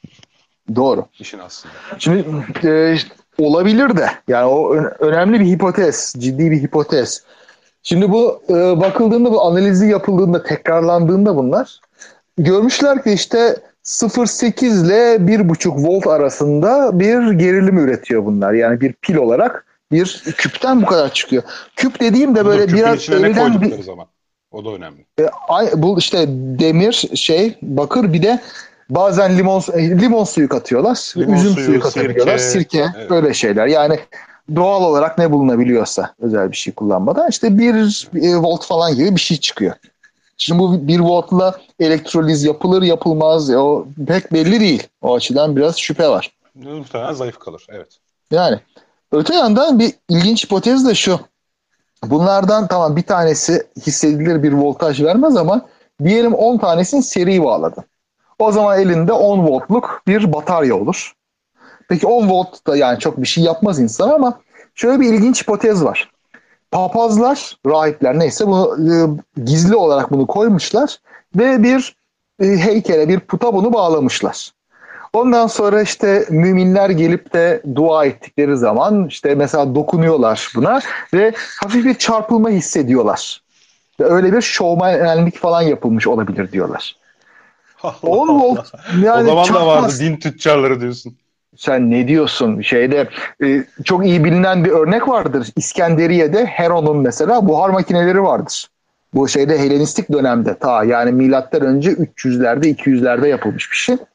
Doğru. işin aslında. Şimdi e, olabilir de. Yani o ö- önemli bir hipotez. Ciddi bir hipotez. Şimdi bu e, bakıldığında, bu analizi yapıldığında, tekrarlandığında bunlar görmüşler ki işte sıfır virgül sekiz ile bir buçuk volt arasında bir gerilim üretiyor bunlar. Yani bir pil olarak bir küpten bu kadar çıkıyor. Küp dediğim de Ama dur, böyle küpün biraz içine ne elden bir koydukları zaman. O da önemli. e, ay- bu işte demir, şey, bakır, bir de bazen limon limon suyu katıyorlar. Limon Üzüm suyu suyu, katabiliyorlar. sirke. Sirke, Evet. böyle şeyler. Yani doğal olarak ne bulunabiliyorsa, özel bir şey kullanmadan işte bir e, volt falan gibi bir şey çıkıyor. Şimdi bu bir voltla elektroliz yapılır yapılmaz, ya o pek belli değil. O açıdan biraz şüphe var. Muhtemelen zayıf kalır. Evet. Yani öte yandan bir ilginç hipotez de şu. Bunlardan tamam, bir tanesi hissedilir bir voltaj vermez ama diyelim on tanesini seri bağladın. O zaman elinde on voltluk bir batarya olur. Peki on volt da yani çok bir şey yapmaz insan ama şöyle bir ilginç hipotez var. Papazlar, rahipler neyse, bunu e, gizli olarak bunu koymuşlar ve bir e, heykele, bir puta bunu bağlamışlar. Ondan sonra işte müminler gelip de dua ettikleri zaman işte mesela dokunuyorlar buna ve hafif bir çarpılma hissediyorlar. Ve öyle bir şovmenlik falan yapılmış olabilir diyorlar. Allah on Allah. volt O yani zaman da vardı çarpmaz. din tüccarları diyorsun. Sen ne diyorsun? Şeyde e, çok iyi bilinen bir örnek vardır. İskenderiye'de Heron'un mesela buhar makineleri vardır. Bu şeyde Helenistik dönemde, ta yani milattan önce üç yüzlerde iki yüzlerde yapılmış bir şey.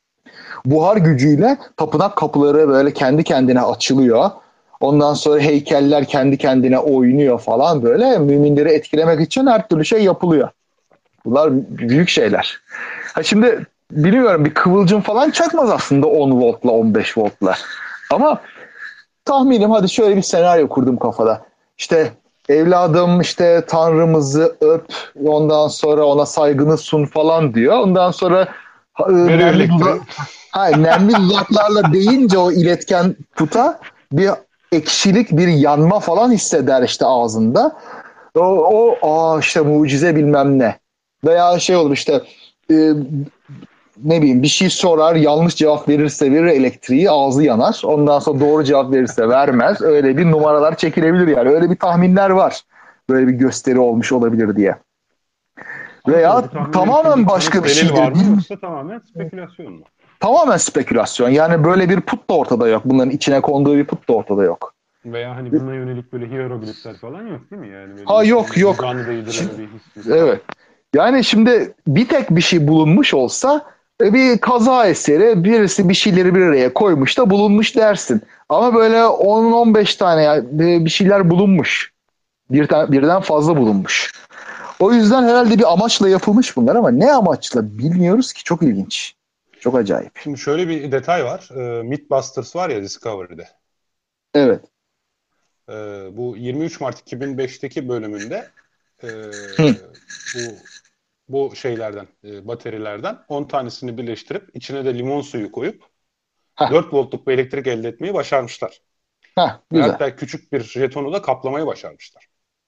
Buhar gücüyle tapınak kapıları böyle kendi kendine açılıyor. Ondan sonra heykeller kendi kendine oynuyor falan böyle. Müminleri etkilemek için her türlü şey yapılıyor. Bunlar büyük şeyler. Ha şimdi bilmiyorum, bir kıvılcım falan çakmaz aslında on voltla on beş voltla. Ama tahminim, hadi şöyle bir senaryo kurdum kafada. İşte evladım işte Tanrımızı öp, ondan sonra ona saygını sun falan diyor. Ondan sonra e, Veriyor nemli dudak, elektriği. hayır, nemli dudaklarla deyince o iletken puta bir ekşilik, bir yanma falan hisseder işte ağzında. O, o aa işte mucize bilmem ne. Veya şey olur işte, e, ne bileyim bir şey sorar, yanlış cevap verirse verir elektriği, ağzı yanar. Ondan sonra doğru cevap verirse vermez. Öyle bir numaralar çekilebilir yani. Öyle bir tahminler var. Böyle bir gösteri olmuş olabilir diye. Ama tabii Veya bu tahminler için tamamen bir başka kanıt bir delil var şeydir. mı yoksa tamamen spekülasyon mu? Tamamen spekülasyon. Yani böyle bir put da ortada yok. Bunların içine konduğu bir put da ortada yok. Veya hani buna yönelik böyle hieroglifler falan yok değil mi? Yani böyle Ha yok insanların yok. canlı Şimdi, değdirme bir his. evet. Yani şimdi bir tek bir şey bulunmuş olsa e, bir kaza eseri birisi bir şeyleri bir araya koymuş da bulunmuş dersin. Ama böyle on on beş tane yani bir şeyler bulunmuş. Bir tane, birden fazla bulunmuş. O yüzden herhalde bir amaçla yapılmış bunlar ama ne amaçla bilmiyoruz ki. Çok ilginç. Çok acayip. Şimdi şöyle bir detay var. E, Mythbusters var ya Discovery'de. Evet. E, bu yirmi üç Mart iki bin beşteki bölümünde e, Hı. bu bu şeylerden, e, baterilerden on tanesini birleştirip içine de limon suyu koyup Heh, dört voltluk bir elektrik elde etmeyi başarmışlar. heh, Ve güzel. hatta küçük bir jetonu da kaplamayı başarmışlar.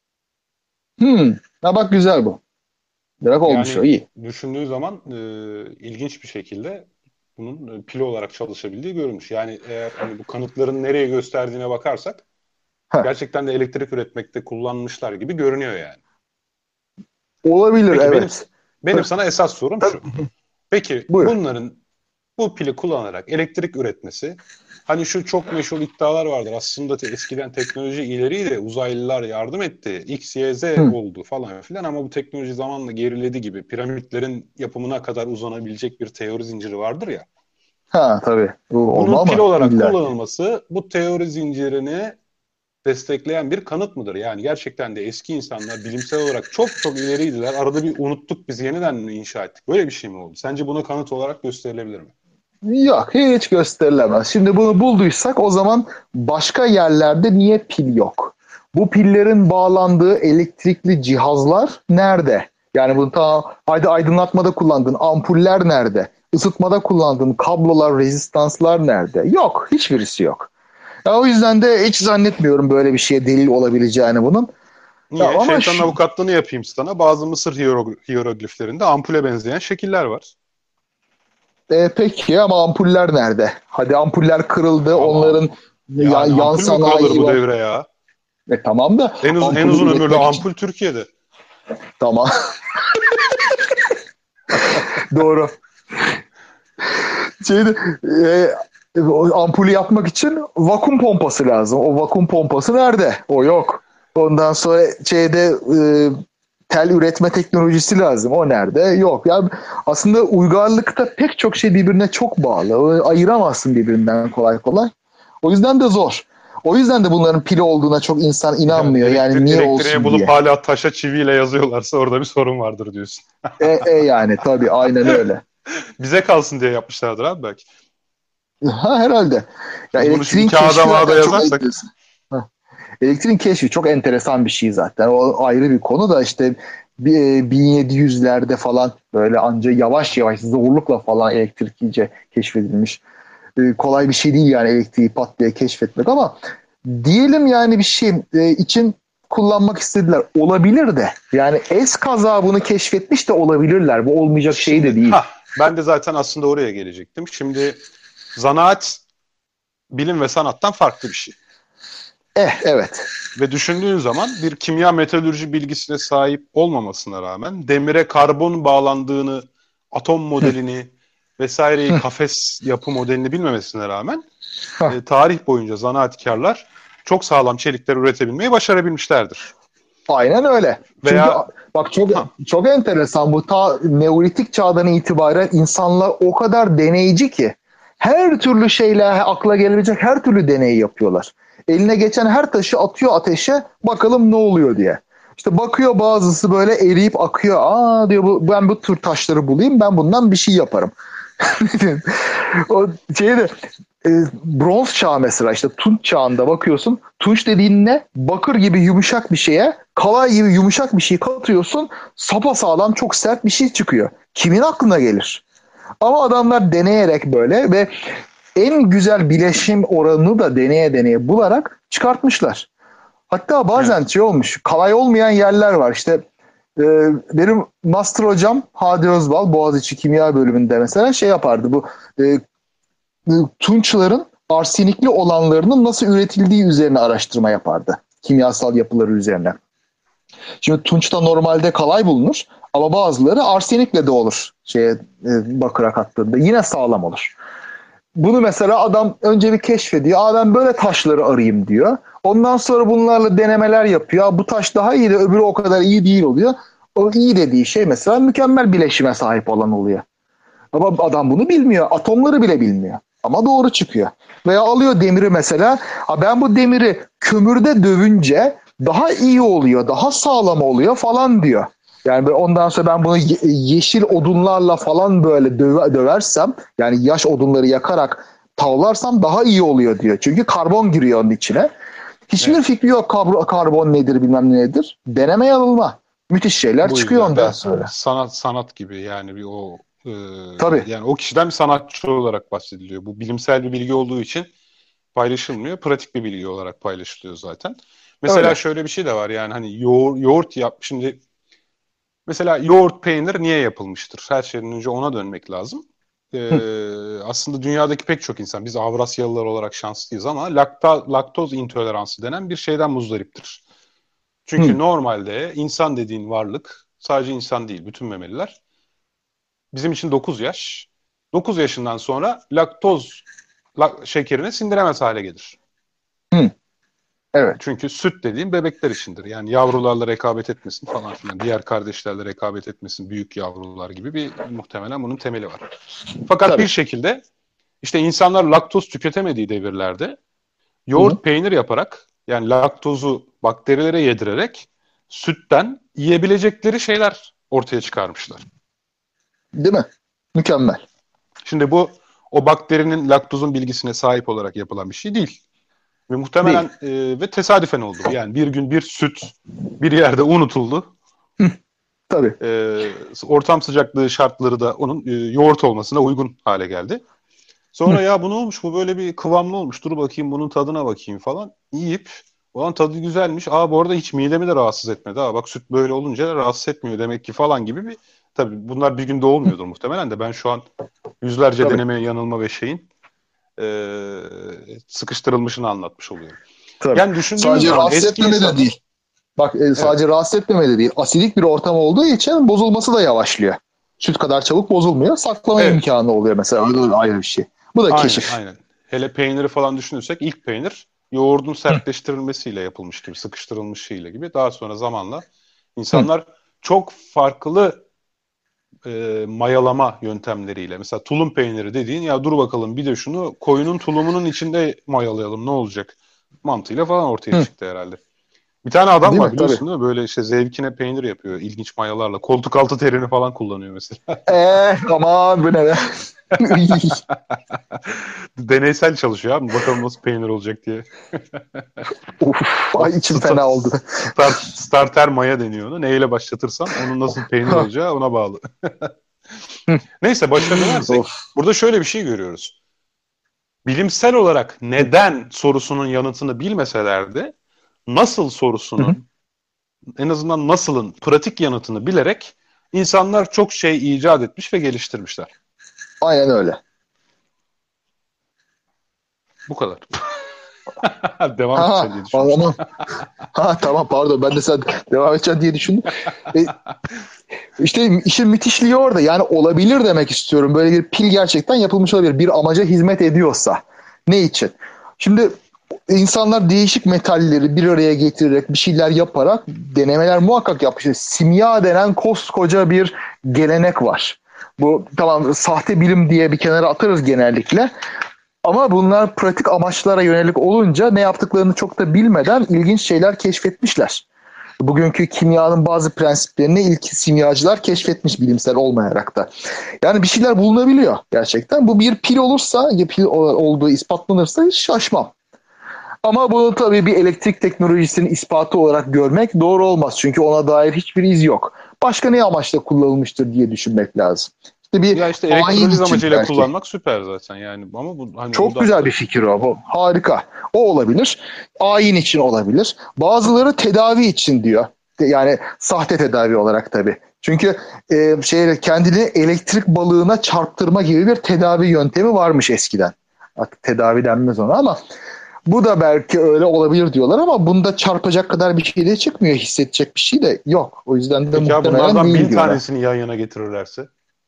Hmm. Ha bak güzel bu. Direkt olmuş o. Yani İyi. düşündüğü zaman e, ilginç bir şekilde bunun e, pil olarak çalışabildiği görülmüş. Yani eğer hani bu kanıtların nereye gösterdiğine bakarsak Heh. gerçekten de elektrik üretmekte kullanmışlar gibi görünüyor yani. Olabilir Peki benim evet. benim sana esas sorum Tabii. şu. Peki Buyur. bunların bu pili kullanarak elektrik üretmesi, hani şu çok meşhur iddialar vardır. Aslında te, eskiden teknoloji ileriydi, uzaylılar yardım etti, X, Y, Z Hı. oldu falan filan ama bu teknoloji zamanla geriledi gibi piramitlerin yapımına kadar uzanabilecek bir teori zinciri vardır ya. Ha tabii. Bu Bunun olma pil mı? olarak İlla ki. kullanılması bu teori zincirini destekleyen bir kanıt mıdır? Yani gerçekten de eski insanlar bilimsel olarak çok çok ileriydiler. Arada bir unuttuk biz yeniden mi inşa ettik? Böyle bir şey mi oldu? Sence buna kanıt olarak gösterilebilir mi? Yok hiç gösterilemez. Şimdi bunu bulduysak o zaman başka yerlerde niye pil yok? Bu pillerin bağlandığı elektrikli cihazlar nerede? Yani bunu ta hadi aydınlatmada kullandığın ampuller nerede? Isıtmada kullandığın kablolar, rezistanslar nerede? Yok. Hiçbirisi yok. Ya o yüzden de hiç zannetmiyorum böyle bir şeye delil olabileceğini bunun. Ya Niye? ama Şeytanın şu, avukatlığını yapayım sana. Bazı Mısır hierog- hierogliflerinde ampule benzeyen şekiller var. e, peki ama ampuller nerede? Hadi ampuller kırıldı. Ama Onların ya, yani yan ampul mü kalır sanayi bu var. devre ya? E tamam da En uzun en ampulü uzun ömürlü üretmek için ampul Türkiye'de. tamam doğru. Şeyde, e, o ampulü yapmak için vakum pompası lazım. O vakum pompası nerede? O yok. Ondan sonra şeyde e, tel üretme teknolojisi lazım. O nerede? Yok. Yani aslında uygarlıkta pek çok şey birbirine çok bağlı. O, ayıramazsın birbirinden kolay kolay. O yüzden de zor. O yüzden de bunların pili olduğuna çok insan Yani inanmıyor. Yani elektri niye elektriği olsun bulup diye. hala taşa çiviyle yazıyorlarsa orada bir sorun vardır diyorsun. E, e yani tabii aynen öyle. Bize kalsın diye yapmışlardır abi belki. Ha herhalde. Ya Biz bunu şimdi elektriğin kağıda keşfi mağda zaten çok yazarsak enteresan. Ha. Elektriğin keşfi çok enteresan bir şey zaten. O ayrı bir konu da işte bi- bin yedi yüzlerde falan böyle anca yavaş yavaş zorlukla falan elektrik iyice keşfedilmiş. Ee, kolay bir şey değil yani elektriği pat diye keşfetmek ama diyelim yani bir şey e, için kullanmak istediler. Olabilir de. Yani eskaza bunu keşfetmiş de olabilirler. Bu olmayacak şey de şimdi değil. ha ben de zaten aslında oraya gelecektim. Şimdi zanaat bilim ve sanattan farklı bir şey. Eh evet. Ve düşündüğün zaman bir kimya metalürji bilgisine sahip olmamasına rağmen demire karbon bağlandığını, atom modelini vesaireyi kafes yapı modelini bilmemesine rağmen Hah. e, tarih boyunca zanaatkarlar çok sağlam çelikler üretebilmeyi başarabilmişlerdir. Aynen öyle. Çünkü Veya bak çok ha, çok enteresan bu ta Neolitik çağdan itibaren insanlar o kadar deneyci ki her türlü şeyle akla gelebilecek her türlü deneyi yapıyorlar. Eline geçen her taşı atıyor ateşe bakalım ne oluyor diye. İşte bakıyor bazısı böyle eriyip akıyor. Aa diyor bu, ben bu tür taşları bulayım ben bundan bir şey yaparım. O şeyde e, bronz çağı mesela işte tunç çağında bakıyorsun. Tunç dediğin ne? Bakır gibi yumuşak bir şeye kalay gibi yumuşak bir şey katıyorsun. Sapasağlam çok sert bir şey çıkıyor. Kimin aklına gelir? Ama adamlar deneyerek böyle ve en güzel bileşim oranını da deneye deneye bularak çıkartmışlar. Hatta bazen evet. şey olmuş. Kalay olmayan yerler var. İşte Ee, benim master hocam Hadi Özbal Boğaziçi Kimya bölümünde mesela şey yapardı. Bu e, tunçların arsenikli olanlarının nasıl üretildiği üzerine araştırma yapardı. Kimyasal yapıları üzerine. Şimdi tunçta normalde kalay bulunur ama bazıları arsenikle de olur şeye, e, bakıra kattığında. Yine sağlam olur. Bunu mesela adam önce bir keşfediyor. Aa ben böyle taşları arayayım diyor. Ondan sonra bunlarla denemeler yapıyor. Aa, bu taş daha iyi de öbürü o kadar iyi değil oluyor. O iyi dediği şey mesela mükemmel bileşime sahip olan oluyor. Ama adam bunu bilmiyor. Atomları bile bilmiyor. Ama doğru çıkıyor. Veya alıyor demiri mesela. Ha ben bu demiri kömürde dövünce daha iyi oluyor, daha sağlam oluyor falan diyor. Yani ondan sonra ben bunu ye- yeşil odunlarla falan böyle döve- döversem, yani yaş odunları yakarak tavlarsam daha iyi oluyor diyor. Çünkü karbon giriyor onun içine. Hiçbir Evet. fikri yok kar- karbon nedir bilmem ne nedir. Deneme yanılma. Müthiş şeyler Bu çıkıyor yüzden ondan de sonra. sanat sanat gibi yani bir o e, Tabii. yani o kişiden bir sanatçı olarak bahsediliyor. Bu bilimsel bir bilgi olduğu için paylaşılmıyor. Pratik bir bilgi olarak paylaşılıyor zaten. Mesela Öyle. şöyle bir şey de var yani hani yoğurt, yoğurt yap şimdi mesela yoğurt peynir niye yapılmıştır? Her şeyden önce ona dönmek lazım. Hı, Ee, aslında dünyadaki pek çok insan biz Avrasyalılar olarak şanslıyız ama lakta, laktoz intoleransı denen bir şeyden muzdariptir. hı. Çünkü normalde insan dediğin varlık sadece insan değil bütün memeliler bizim için dokuz yaş. dokuz yaşından sonra laktoz la- şekerini sindiremez hale gelir. Hı. Evet. Çünkü süt dediğim bebekler içindir. Yani yavrularla rekabet etmesin falan filan. Diğer kardeşlerle rekabet etmesin büyük yavrular gibi bir muhtemelen bunun temeli var. Fakat bir Tabii. şekilde işte insanlar laktoz tüketemediği devirlerde Hı hı. yoğurt peynir yaparak yani laktozu bakterilere yedirerek sütten yiyebilecekleri şeyler ortaya çıkarmışlar. Değil mi? Mükemmel. Şimdi bu o bakterinin laktozun bilgisine sahip olarak yapılan bir şey değil. Ve muhtemelen Değil. e, ve tesadüfen oldu. Yani bir gün bir süt bir yerde unutuldu. Tabii. E, ortam sıcaklığı şartları da onun e, yoğurt olmasına uygun hale geldi. Hı. Sonra ya bu ne olmuş? Bu böyle bir kıvamlı olmuş. Dur bakayım bunun tadına bakayım falan. Yiyip ulan tadı güzelmiş. Aa bu arada hiç midemi de rahatsız etmedi. Aa bak süt böyle olunca da rahatsız etmiyor demek ki falan gibi bir tabii bunlar bir günde Hı. olmuyordur muhtemelen de ben şu an yüzlerce Tabii. deneme, yanılma ve şeyin e, sıkıştırılmışını anlatmış oluyorum. Tabii. Yani düşündüğümüz Sadece zaman rahatsız eski etmeme de insanlar değil. Bak e, evet sadece rahatsız etmeme de değil. Asidik bir ortam olduğu için bozulması da yavaşlıyor. Süt kadar çabuk bozulmuyor. Saklama evet imkanı oluyor mesela. O da ayrı bir şey. Bu da aynen keşif. aynen. Hele peyniri falan düşünürsek ilk peynir yoğurdun Hı. sertleştirilmesiyle yapılmış gibi, sıkıştırılmış şeyle gibi. Daha sonra zamanla Hı. insanlar çok farklı e, mayalama yöntemleriyle. Mesela tulum peyniri dediğin ya dur bakalım bir de şunu koyunun tulumunun içinde mayalayalım ne olacak mantığıyla falan ortaya Hı. çıktı herhalde. Bir tane adam Değil var mi? Tabii. biliyorsun değil mi? Böyle işte zevkine peynir yapıyor ilginç mayalarla. Koltuk altı terini falan kullanıyor mesela. Eee aman bu ne be? Deneysel çalışıyor abi. Bakalım nasıl peynir olacak diye. Uf, O ay içim sta- fena oldu. start, starter maya deniyor onu. Neyle başlatırsam onun nasıl peynir olacağı ona bağlı. Neyse başa dönersek Of. burada şöyle bir şey görüyoruz. Bilimsel olarak Hı. neden sorusunun yanıtını bilmeseler de nasıl Hı hı. sorusunun en azından nasılın pratik yanıtını bilerek insanlar çok şey icat etmiş ve geliştirmişler. Aynen öyle. Bu kadar. Devam Ha, edeceksin diye düşünmüştüm. aman. Ha tamam pardon ben de sen devam edeceksin diye düşündüm. E, işte işin müthişliği orada. Yani olabilir demek istiyorum. Böyle bir pil gerçekten yapılmış olabilir. Bir amaca hizmet ediyorsa. Ne için? Şimdi insanlar değişik metalleri bir araya getirerek bir şeyler yaparak denemeler muhakkak yapmışlar. Simya denen koskoca bir gelenek var. Bu tamam sahte bilim diye bir kenara atarız genellikle. Ama bunlar pratik amaçlara yönelik olunca ne yaptıklarını çok da bilmeden ilginç şeyler keşfetmişler. Bugünkü kimyanın bazı prensiplerini ilk simyacılar keşfetmiş bilimsel olmayarak da. Yani bir şeyler bulunabiliyor gerçekten. Bu bir pil olursa, ya pil olduğu ispatlanırsa hiç şaşmam. Ama bunu tabii bir elektrik teknolojisinin ispatı olarak görmek doğru olmaz. Çünkü ona dair hiçbir iz yok. Başka ne amaçla kullanılmıştır diye düşünmek lazım. İşte bir Ya işte ayin elektroliz için amacıyla belki. kullanmak süper zaten yani ama bu hani bu Çok da güzel bir tabii fikir o. Bu harika. O olabilir. Ayin için olabilir. Bazıları tedavi için diyor. Yani sahte tedavi olarak tabii. Çünkü e, şey kendini elektrik balığına çarptırma gibi bir tedavi yöntemi varmış eskiden. Artık tedavi denmez ona ama bu da belki öyle olabilir diyorlar ama bunda çarpacak kadar bir şey de çıkmıyor. Hissedecek bir şey de yok. O yüzden de Peki ya muhtemelen bunlardan değil bin diyorlar. tanesini yan yana getirirlerse?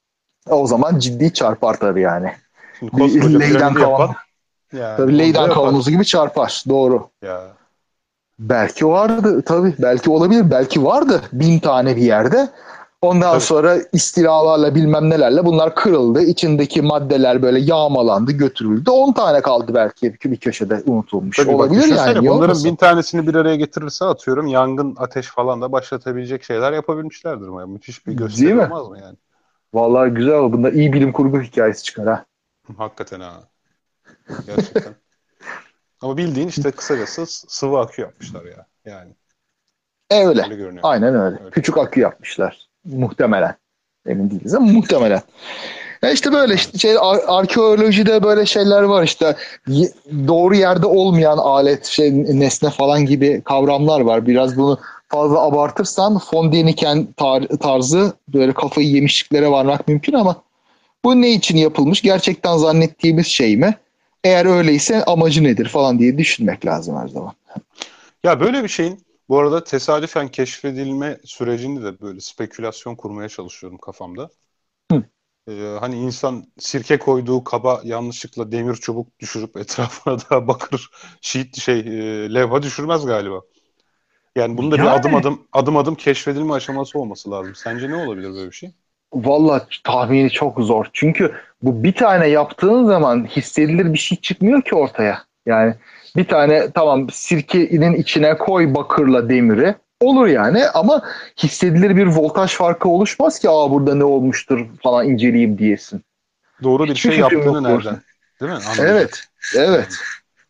O zaman ciddi çarpar tabii yani. Şimdi Bir koskoca leyden piramidi kavan. yapan yani Tabii onu da leyden yapar. kavanozu gibi çarpar. Doğru. Ya Belki vardı tabii. Belki olabilir. Belki vardı bin tane bir yerde. Ondan tabii. sonra istilalarla bilmem nelerle bunlar kırıldı. İçindeki maddeler böyle yağmalandı, götürüldü. On tane kaldı belki bir köşede unutulmuş. Tabii bak Olabilir yani. düşünsene Niye bunların bin olmasın? tanesini bir araya getirirse atıyorum yangın, ateş falan da başlatabilecek şeyler yapabilmişlerdir. Yani müthiş bir Değil gösteri mi? olmaz mı yani? Vallahi güzel oldu. Bunda iyi bilim kurgu hikayesi çıkar ha. Hakikaten ha. Gerçekten. Ama bildiğin işte kısacası s- sıvı akü yapmışlar ya. Yani E öyle. öyle görünüyor. Aynen öyle. Öyle Küçük görünüyor. akü yapmışlar. Muhtemelen. Emin değiliz ama muhtemelen. Ya işte böyle Ha. işte şey ar- arkeolojide böyle şeyler var işte Y- doğru yerde olmayan alet şey nesne falan gibi kavramlar var. Biraz bunu fazla abartırsan von Däniken tar- tarzı böyle kafayı yemişliklere varmak mümkün ama bu ne için yapılmış? Gerçekten zannettiğimiz şey mi? Eğer öyleyse amacı nedir falan diye düşünmek lazım her zaman. Ya böyle bir şeyin bu arada tesadüfen keşfedilme sürecini de böyle spekülasyon kurmaya çalışıyorum kafamda. Hı. Ee, hani insan sirke koyduğu kaba yanlışlıkla demir çubuk düşürüp etrafına da bakır şiit şey e, levha düşürmez galiba. Yani bunda bir adım Yani adım adım adım keşfedilme aşaması olması lazım. Sence ne olabilir böyle bir şey? valla tahmini çok zor. Çünkü bu bir tane yaptığın zaman hissedilir bir şey çıkmıyor ki ortaya. Yani bir tane tamam sirkenin içine koy bakırla demiri olur yani ama hissedilir bir voltaj farkı oluşmaz ki aa burada ne olmuştur falan inceleyeyim diyesin. Doğru bir Hiçbir şey fikrim yaptığını yok doğrusu. nereden, değil mi? Evet, Anlayacak. evet. Yani.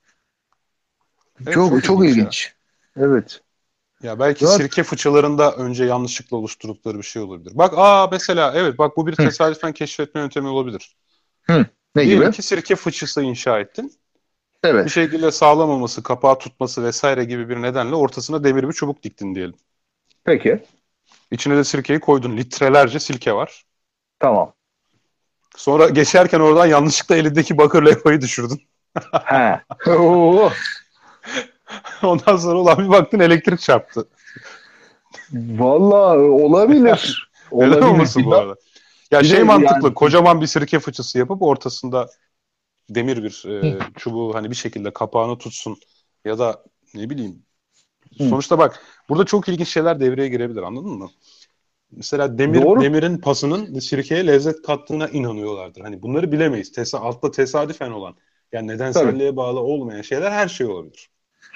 Evet Çok çok çok ilginç ya. ilginç. Evet. Ya belki Evet. sirke fıçılarında önce yanlışlıkla oluşturdukları bir şey olabilir. Bak aa mesela evet bak bu bir Hı, tesadüfen keşfetme yöntemi olabilir. hı. Ne Diyelim gibi? ki sirke fıçısı inşa ettin. Bir Evet. şekilde sağlam olması, kapağı tutması vesaire gibi bir nedenle ortasına demir bir çubuk diktin diyelim. Peki. İçine de sirkeyi koydun. Litrelerce sirke var. Tamam. Sonra geçerken oradan yanlışlıkla elindeki bakır levhayı düşürdün. He. Oo. Ondan sonra ulan bir baktın elektrik çarptı. Vallahi olabilir. Neden Olabilir. olmasın Bir, bu arada? Ya bir de şey yani mantıklı. Kocaman bir sirke fıçısı yapıp ortasında demir bir e, çubuğu hani bir şekilde kapağını tutsun. Ya da ne bileyim. hı, Sonuçta bak burada çok ilginç şeyler devreye girebilir anladın mı? Mesela demir doğru. demirin pasının sirkeye lezzet kattığına inanıyorlardır. Hani bunları bilemeyiz. Tesa altta tesadüfen olan yani Tabii. nedenselliğe bağlı olmayan şeyler her şey olabilir.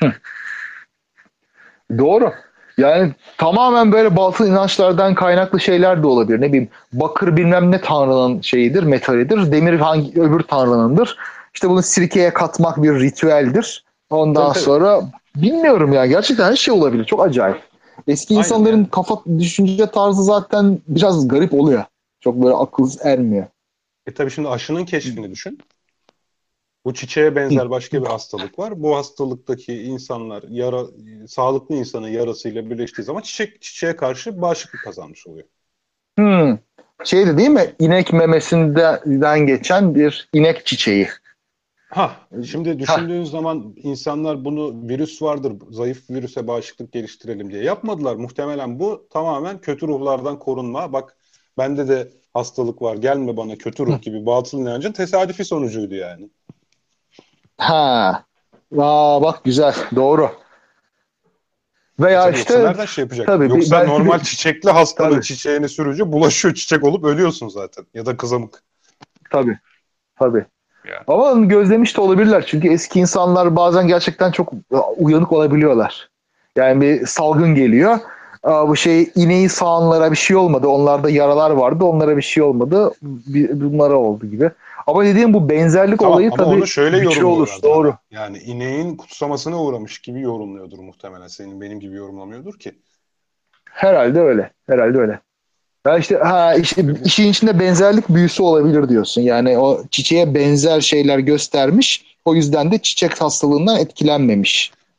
Doğru. Yani tamamen böyle batıl inançlardan kaynaklı şeyler de olabilir. Ne bileyim bakır bilmem ne tanrının şeyidir, metalidir. Demir hangi öbür tanrınındır. İşte bunu sirkeye katmak bir ritüeldir. Tabii Ondan tabii. sonra bilmiyorum ya gerçekten her şey olabilir. Çok acayip. Eski Aynen insanların yani. kafa düşünce tarzı zaten biraz garip oluyor. Çok böyle akıl ermiyor. E tabii şimdi aşının keşfini düşün. Bu çiçeğe benzer başka bir hastalık var. Bu hastalıktaki insanlar yara, sağlıklı insanın yarasıyla birleştiği zaman çiçek çiçeğe karşı bağışıklık kazanmış oluyor. Hmm. Şeydi değil mi? İnek memesinden geçen bir inek çiçeği. Ha, şimdi Ha, düşündüğün zaman insanlar bunu virüs vardır, zayıf virüse bağışıklık geliştirelim diye yapmadılar. Muhtemelen bu tamamen kötü ruhlardan korunma. Bak bende de hastalık var, gelme bana kötü ruh gibi batıl inancın tesadüfi sonucuydu yani. ha. Aa, bak güzel. Doğru. E Veya tabii yoksa işte nereden şey yapacak? tabii bir, Yoksa belki normal bir çiçekli hastanın tabii çiçeğini sürünce bulaşıyor çiçek olup ölüyorsun zaten. Ya da kızamık. tabii tabii. Ya. Ama gözlemiş de olabilirler. Çünkü eski insanlar bazen gerçekten çok uyanık olabiliyorlar. Yani bir salgın geliyor. Aa, bu şey ineği sağanlara bir şey olmadı. Onlarda yaralar vardı. Onlara bir şey olmadı. Bir- Bunlara oldu gibi. Ama dediğim bu benzerlik Tamam olayı ama onu tabii şöyle güçlü olur. yorumluyorlardır Doğru. ama. Yani ineğin kutsamasına uğramış gibi yorumluyordur muhtemelen. Senin benim gibi yorumlamıyordur ki. Herhalde öyle. Herhalde öyle. Ya işte ha işte Ve bu işin içinde benzerlik büyüsü olabilir diyorsun. Yani o çiçeğe benzer şeyler göstermiş. O yüzden de çiçek hastalığından etkilenmemiş.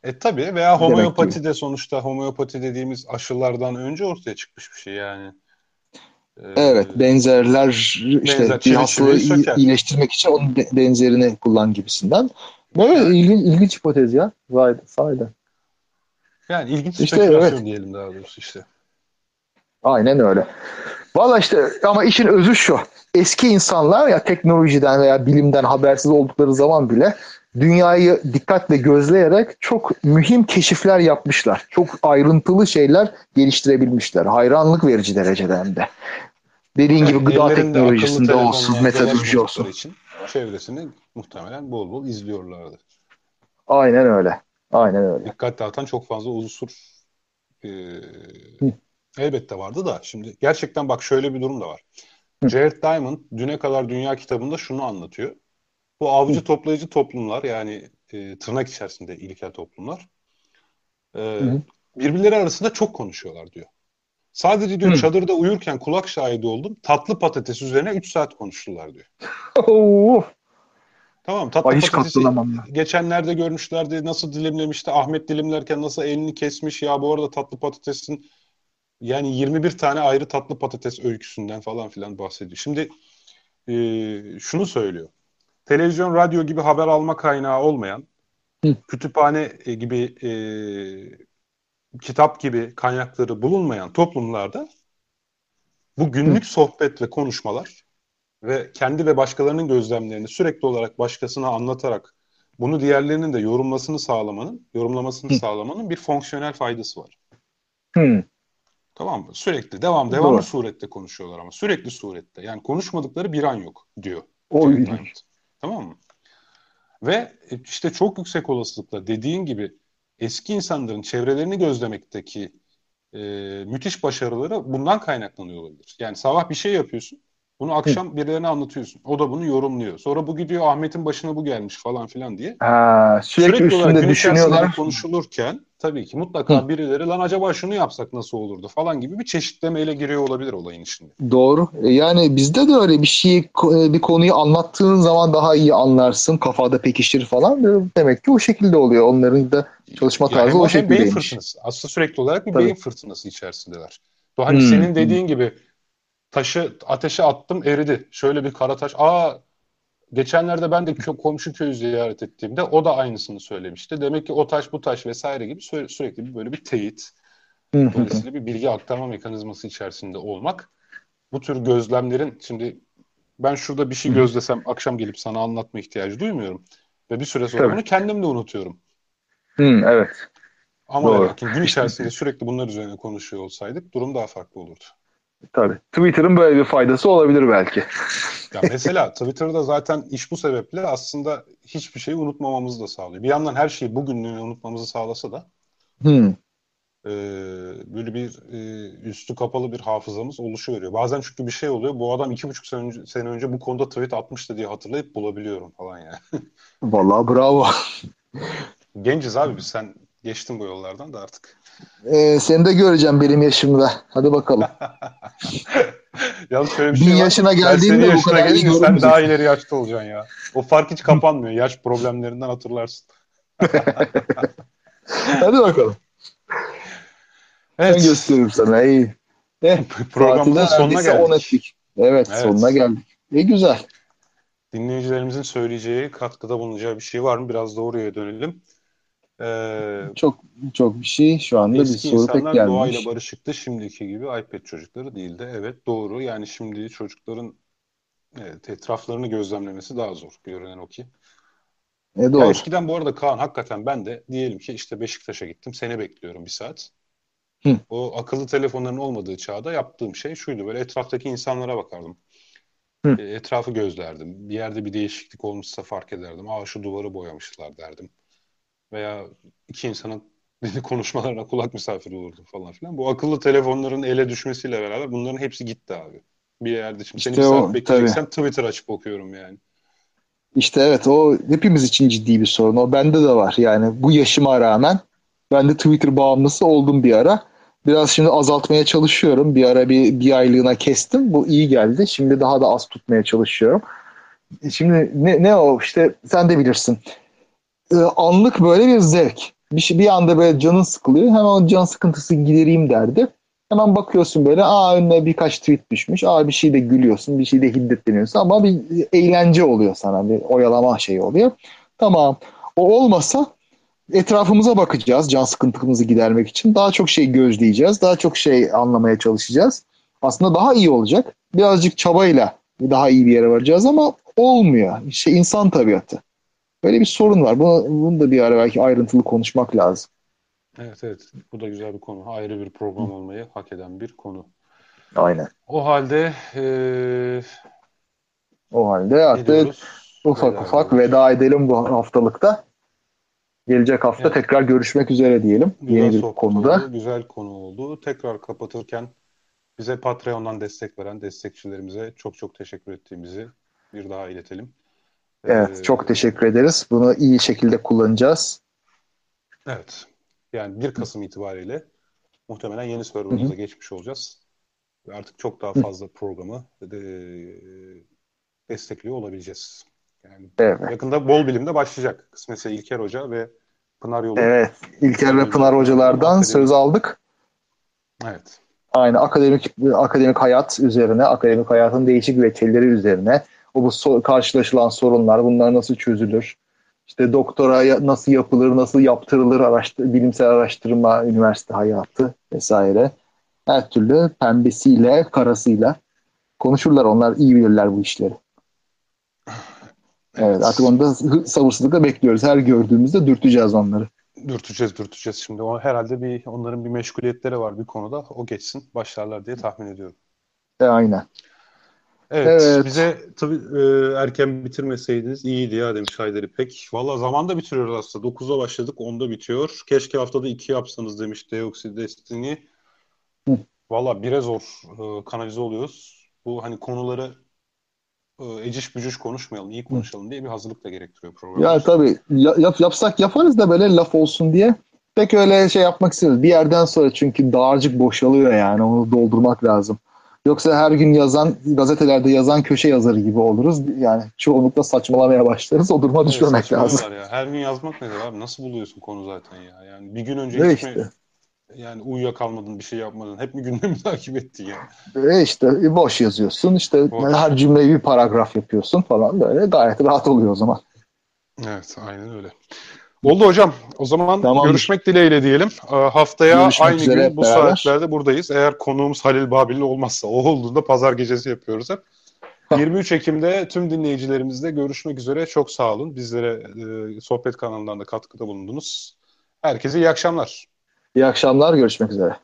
E tabii, veya demek gibi. homeopati de sonuçta, homeopati dediğimiz aşılardan önce ortaya çıkmış bir şey yani. Evet, Ee, benzerler işte benzer bir çivi hastalığı çiviyi iyi- söker. iyileştirmek için onun be- benzerini kullan gibisinden. Evet, Yani ilginç, ilginç hipotez ya. Vay, sahiden. yani ilginç İşte evet, spekülasyon diyelim daha doğrusu işte. aynen öyle. Valla işte ama işin özü şu. Eski insanlar ya teknolojiden veya bilimden habersiz oldukları zaman bile dünyayı dikkatle gözleyerek çok mühim keşifler yapmışlar. Çok ayrıntılı şeyler geliştirebilmişler. Hayranlık verici derecede hem de. Dediğin gibi Tabii gıda ellerinde akıllı teknolojisinde olsun, telefonla metodoloji olsun. dolaşmadıkları için çevresini muhtemelen bol bol izliyorlardı. Aynen öyle. Aynen öyle. Dikkat dağıtan çok fazla unsur e, Hı, elbette vardı da, şimdi gerçekten bak şöyle bir durum da var. hı, Jared Diamond düne kadar dünya kitabında şunu anlatıyor. Bu hı, avcı toplayıcı toplumlar, yani e, tırnak içerisinde ilkel toplumlar, e, hı, birbirleri arasında çok konuşuyorlar diyor. Sadece diyor hı. çadırda uyurken kulak şahidi oldum. Tatlı patates üzerine üç saat konuştular diyor. Oh, Tamam, ay tatlı hiç patatesi katlanamam ben. geçenlerde görmüşlerdi. Nasıl dilimlemişti. Ahmet dilimlerken nasıl elini kesmiş. Ya bu arada tatlı patatesin yani yirmi bir tane ayrı tatlı patates öyküsünden falan filan bahsediyor. Şimdi e, şunu söylüyor. Televizyon, radyo gibi haber alma kaynağı olmayan, Hı, kütüphane e, gibi, e, kitap gibi kaynakları bulunmayan toplumlarda bu hı, günlük sohbet ve konuşmalar ve kendi ve başkalarının gözlemlerini sürekli olarak başkasına anlatarak bunu diğerlerinin de yorumlasını sağlamanın, yorumlamasını hı, sağlamanın bir fonksiyonel faydası var. hı. Tamam mı? Sürekli, devam, devamlı Doğru. surette konuşuyorlar ama sürekli surette. Yani konuşmadıkları bir an yok diyor Jared Oy. Diamond. Tamam mı? Ve işte çok yüksek olasılıkla dediğin gibi eski insanların çevrelerini gözlemekteki e, müthiş başarıları bundan kaynaklanıyor olabilir. Yani sabah bir şey yapıyorsun. Bunu Hı. akşam birilerine anlatıyorsun. O da bunu yorumluyor. Sonra bu gidiyor Ahmet'in başına bu gelmiş falan filan diye. Ha, sürekli Sürekli olarak üstünde gün içerisinde bu düşünüyorlar. konuşulurken tabii ki Hı. mutlaka birileri lan acaba şunu yapsak nasıl olurdu falan gibi bir çeşitlemeyle giriyor olabilir olayın içinde. Doğru. E, Yani bizde de öyle bir şeyi, e, bir konuyu anlattığın zaman daha iyi anlarsın, kafada pekişir falan. E, Demek ki o şekilde oluyor. Onların da çalışma Ya tarzı hem o o hem beyin şekildeymiş. fırtınası. Aslında sürekli olarak bir beyin Tabii. fırtınası içerisindeler. Hani Hmm, senin hmm. dediğin gibi taşı ateşe attım eridi. Şöyle bir kara taş. Aa, geçenlerde ben de kö- komşu köyü ziyaret ettiğimde o da aynısını söylemişti. Demek ki o taş bu taş vesaire gibi sü- sürekli bir böyle bir teyit. Hı hı hı. Dolayısıyla bir bilgi aktarma mekanizması içerisinde olmak. Bu tür gözlemlerin, şimdi ben şurada bir Hı şey hı. gözlesem akşam gelip sana anlatma ihtiyacı duymuyorum. Ve bir süre sonra Tabii. bunu kendim de unutuyorum. Hmm, evet. Ama ve Doğru. lakin gün İşte, içerisinde sürekli bunlar üzerine konuşuyor olsaydık durum daha farklı olurdu. tabii. Twitter'ın böyle bir faydası olabilir belki. Ya mesela Twitter'da zaten iş bu sebeple aslında hiçbir şeyi unutmamamızı da sağlıyor. Bir yandan her şeyi bugünlüğüne unutmamızı sağlasa da Hmm. e, böyle bir e, üstü kapalı bir hafızamız oluşuveriyor. Bazen çünkü bir şey oluyor. Bu adam iki buçuk sene önce, sene önce bu konuda tweet atmıştı diye hatırlayıp bulabiliyorum falan yani. Vallahi bravo. Genciz abi biz, sen geçtin bu yollardan da artık. Ee, seni de göreceğim benim yaşımda. Hadi bakalım. Yalnız şöyle bir Bin şey var. yaşına Ben senin geldiğimde bu yaşına kadar iyi gelince sen daha görünmeyeceksin. ileri yaşta olacaksın ya. O fark hiç kapanmıyor. Yaş problemlerinden hatırlarsın. Hadi bakalım. Ben Evet. gösteririm sana. İyi. Eh, saati de Programımızın sonuna neredeyse on geldik. ettik. Evet, sonuna Evet. geldik. İyi güzel. Dinleyicilerimizin söyleyeceği, katkıda bulunacağı bir şey var mı? Biraz da oraya dönelim. Ee, Çok çok bir şey şu anda bir eski soru pek insanlar doğayla gelmemiş. barışıktı. Şimdiki gibi iPad çocukları değildi. Evet, doğru. Yani şimdi çocukların, evet, etraflarını gözlemlemesi daha zor. Görünen o ki. E Ya doğru. eskiden bu arada Kaan, hakikaten ben de diyelim ki işte Beşiktaş'a gittim. Seni bekliyorum bir saat. Hı, O akıllı telefonların olmadığı çağda yaptığım şey şuydu. Böyle etraftaki insanlara bakardım. hı. E, etrafı gözlerdim. Bir yerde bir değişiklik olmuşsa fark ederdim. Aa, şu duvarı boyamışlar derdim. Veya iki insanın konuşmalarına kulak misafiri olurdum falan filan. Bu akıllı telefonların ele düşmesiyle beraber bunların hepsi gitti abi. Bir yerde şimdi seni bir İşte saat o tabii. bekleyeceksem Twitter açıp okuyorum yani. İşte evet, o hepimiz için ciddi bir sorun. O bende de var. Yani bu yaşıma rağmen ben de Twitter bağımlısı oldum bir ara. Biraz şimdi azaltmaya çalışıyorum. Bir ara bir, bir aylığına kestim. Bu iyi geldi. Şimdi daha da az tutmaya çalışıyorum. E Şimdi ne, ne o işte sen de bilirsin. Ee, anlık böyle bir zevk. bir, şey, bir anda böyle canın sıkılıyor. Hemen o can sıkıntısı gidereyim derdi. Hemen bakıyorsun böyle, aa önüne birkaç tweet düşmüş. Aa bir şey de gülüyorsun, bir şey de hiddetleniyorsun. Ama bir eğlence oluyor sana, bir oyalama şeyi oluyor. Tamam. O olmasa etrafımıza bakacağız can sıkıntımızı gidermek için. Daha çok şey gözleyeceğiz. Daha çok şey anlamaya çalışacağız. Aslında daha iyi olacak. Birazcık çabayla daha iyi bir yere varacağız ama olmuyor. İşte insan tabiatı. Böyle bir sorun var. Bunu, bunu da bir ara belki ayrıntılı konuşmak lazım. Evet, evet. Bu da güzel bir konu. Ayrı bir program olmayı hak eden bir konu. Aynen. O halde eee, O halde ne artık diyoruz? ufak Veda ufak ediyoruz. veda edelim bu haftalıkta. Gelecek hafta Evet. tekrar görüşmek üzere diyelim. Güzel Yeni bir sohbet konuda. oldu. Güzel konu oldu. Tekrar kapatırken bize Patreon'dan destek veren destekçilerimize çok çok teşekkür ettiğimizi bir daha iletelim. Evet, Eee, çok teşekkür ederiz. Bunu iyi şekilde kullanacağız. evet. Yani bir Kasım itibariyle muhtemelen yeni Hı hı. serverımıza geçmiş olacağız. Ve artık çok daha Hı. fazla programı de, destekliyor olabileceğiz. Yani Evet. yakında Bol Bilim'de başlayacak. Kısmetse İlker Hoca ve Pınar Yol'un Evet. İlker ve bölümleri Pınar malum hocalardan söz akademik. aldık. Evet. Aynı akademik akademik hayat üzerine, akademik hayatın değişik veçeleri üzerine, o bu so- karşılaşılan sorunlar, bunlar nasıl çözülür? İşte doktora ya- nasıl yapılır, nasıl yaptırılır, araştır, bilimsel araştırma, üniversite hayatı vesaire. Her türlü pembesiyle, karasıyla konuşurlar. Onlar iyi bilirler bu işleri. Evet, artık Evet. onu da hı- sabırsızlıkla bekliyoruz. Her gördüğümüzde dürteceğiz onları. Dürteceğiz dürteceğiz şimdi. O herhalde bir onların bir meşguliyetleri var bir konuda. O geçsin. Başlarlar diye tahmin ediyorum. E, aynen. Evet, Evet. bize tabii e, erken bitirmeseydiniz iyiydi ya demiş Haydar İpek. Valla zamanda bitiriyoruz aslında. dokuzda başladık, onda bitiyor. Keşke haftada iki yapsanız demiş Deoxy Destiny. Hı. Valla bire zor e, kanalize oluyoruz. Bu hani konuları e, eciş bücüş konuşmayalım, iyi Hı. konuşalım diye bir hazırlık da gerektiriyor Ya programlar. tabii ya- yap, yapsak yaparız da böyle laf olsun diye. Pek öyle şey yapmak istemiyoruz. Bir yerden sonra çünkü dağarcık boşalıyor yani. Onu doldurmak lazım. Yoksa her gün yazan, gazetelerde yazan köşe yazarı gibi oluruz. Yani çoğunlukla saçmalamaya başlarız. O duruma Evet, düşmemek lazım. saçmalıyorlar ya. Her gün yazmak nedir abi? Nasıl buluyorsun konu zaten ya? Yani bir gün önce Ve hiç mi işte, yani uyuyakalmadın, bir şey yapmadın? Hep mi gündemi takip ettin ya? ve işte boş yazıyorsun. İşte Boş. her cümleyi bir paragraf yapıyorsun falan, böyle gayet rahat oluyor o zaman. Evet, aynen öyle. Oldu hocam. O zaman Tamamdır. görüşmek dileğiyle diyelim. Ee, Haftaya Görüşmek aynı üzere gün hep bu beraber. saatlerde buradayız. Eğer konuğumuz Halil Babil'le olmazsa, o olduğunda pazar gecesi yapıyoruz hep. yirmi üç Ekim'de tüm dinleyicilerimizle görüşmek üzere. Çok sağ olun. Bizlere e, sohbet kanalından da katkıda bulundunuz. Herkese iyi akşamlar. İyi akşamlar. Görüşmek üzere.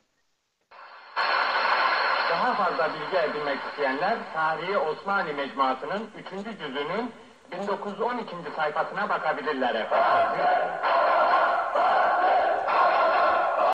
Daha fazla bilgi edinmek isteyenler Tarihi Osmanlı Mecmuası'nın üçüncü cüzünün bin dokuz yüz on ikinci sayfasına bakabilirler efendim.